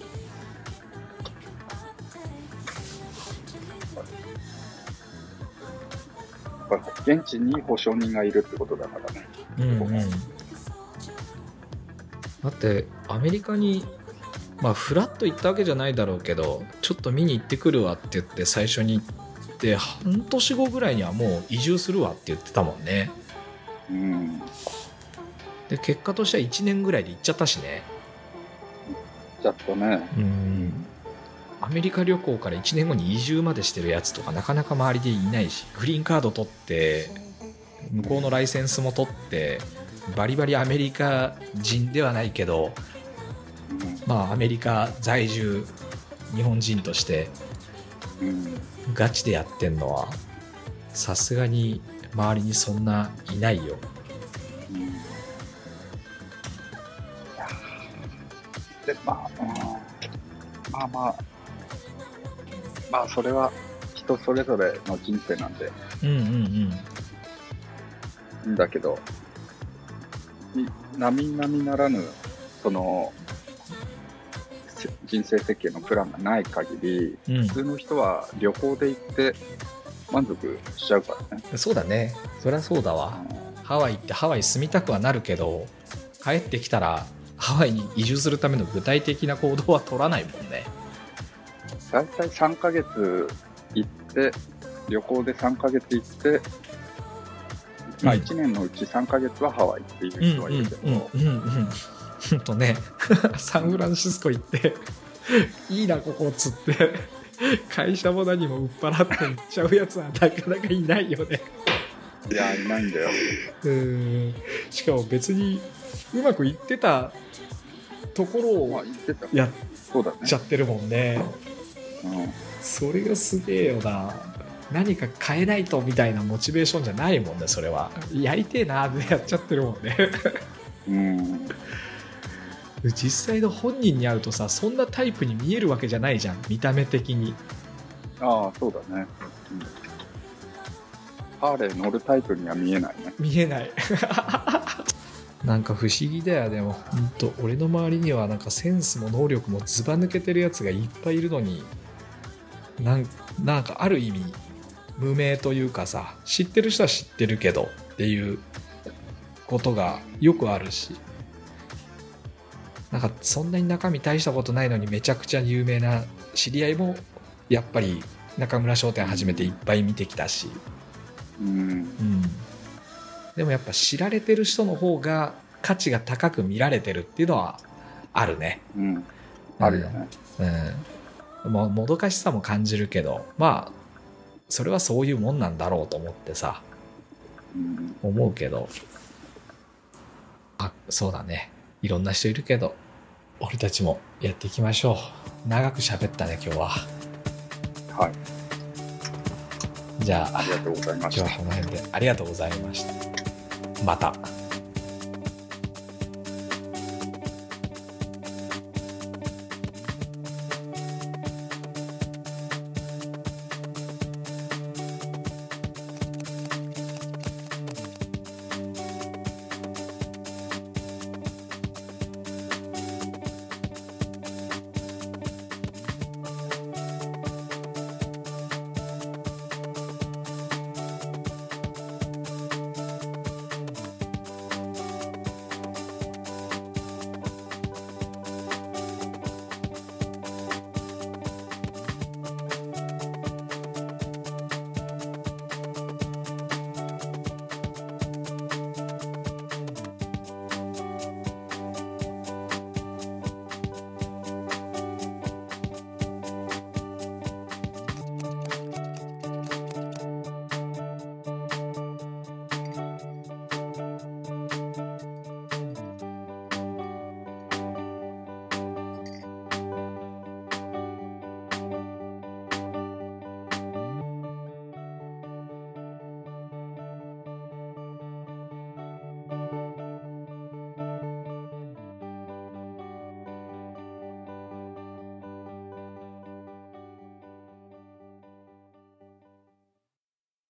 現地に保証人がいるってことだからね、うんうん、 だってアメリカにまあフラッと行ったわけじゃないだろうけどちょっと見に行ってくるわって言って最初に行って半年後ぐらいにはもう移住するわって言ってたもんね、うん、 で結果としてはいちねんぐらいで行っちゃったしね。 行っちゃったね。 うん。アメリカ旅行からいちねんごに移住までしてるやつとかなかなか周りでいないし、グリーンカード取って向こうのライセンスも取ってバリバリアメリカ人ではないけど、うん、まあアメリカ在住日本人としてガチでやってんのはさすがに周りにそんないないよ。うん、いやで、まあ、うん、まあまあまあそれは人それぞれの人生なんで、うんうんうん、いいんだけど、並々ならぬその人生設計のプランがない限り、うん、普通の人は旅行で行って満足しちゃうからね。 そうだね、そりゃそうだわ、うん、ハワイ行ってハワイ住みたくはなるけど、帰ってきたらハワイに移住するための具体的な行動は取らないもんね。 だいたいさんかげつ行って旅行でさんかげつ行って、まあ、いちねんのうちさんかげつはハワイっていう人はいるけど、うんうんうんうんほんとねサンフランシスコ行っていいなここっつって会社も何も売っ払って行っちゃうやつはなかなかいないよね。 いやいないんだよ。 うん、しかも別にうまくいってたところをやっちゃってるもんね。うん、それがすげえよな。何か変えないとみたいなモチベーションじゃないもんね。それはやりてえなってやっちゃってるもんね。うん実際の本人に会うとさ、そんなタイプに見えるわけじゃないじゃん、見た目的に。 ああそうだね、うん、ハーレー乗るタイプには見えないね。 見えないなんか不思議だよ。でも本当俺の周りにはなんかセンスも能力もずば抜けてるやつがいっぱいいるのに、なんなんかある意味無名というかさ、知ってる人は知ってるけどっていうことがよくあるし、なんかそんなに中身大したことないのにめちゃくちゃ有名な知り合いもやっぱり中村商店始めていっぱい見てきたし、うんうん、でもやっぱ知られてる人の方が価値が高く見られてるっていうのはあるね、うん、 あるよね、 うん、もうもどかしさも感じるけど、まあそれはそういうもんなんだろうと思ってさ、うん、思うけど、あ、そうだね、いろんな人いるけど俺たちもやっていきましょう。長く喋ったね今日は。 はい。 じゃあありがとうございました。 今日はこの辺でありがとうございました。また。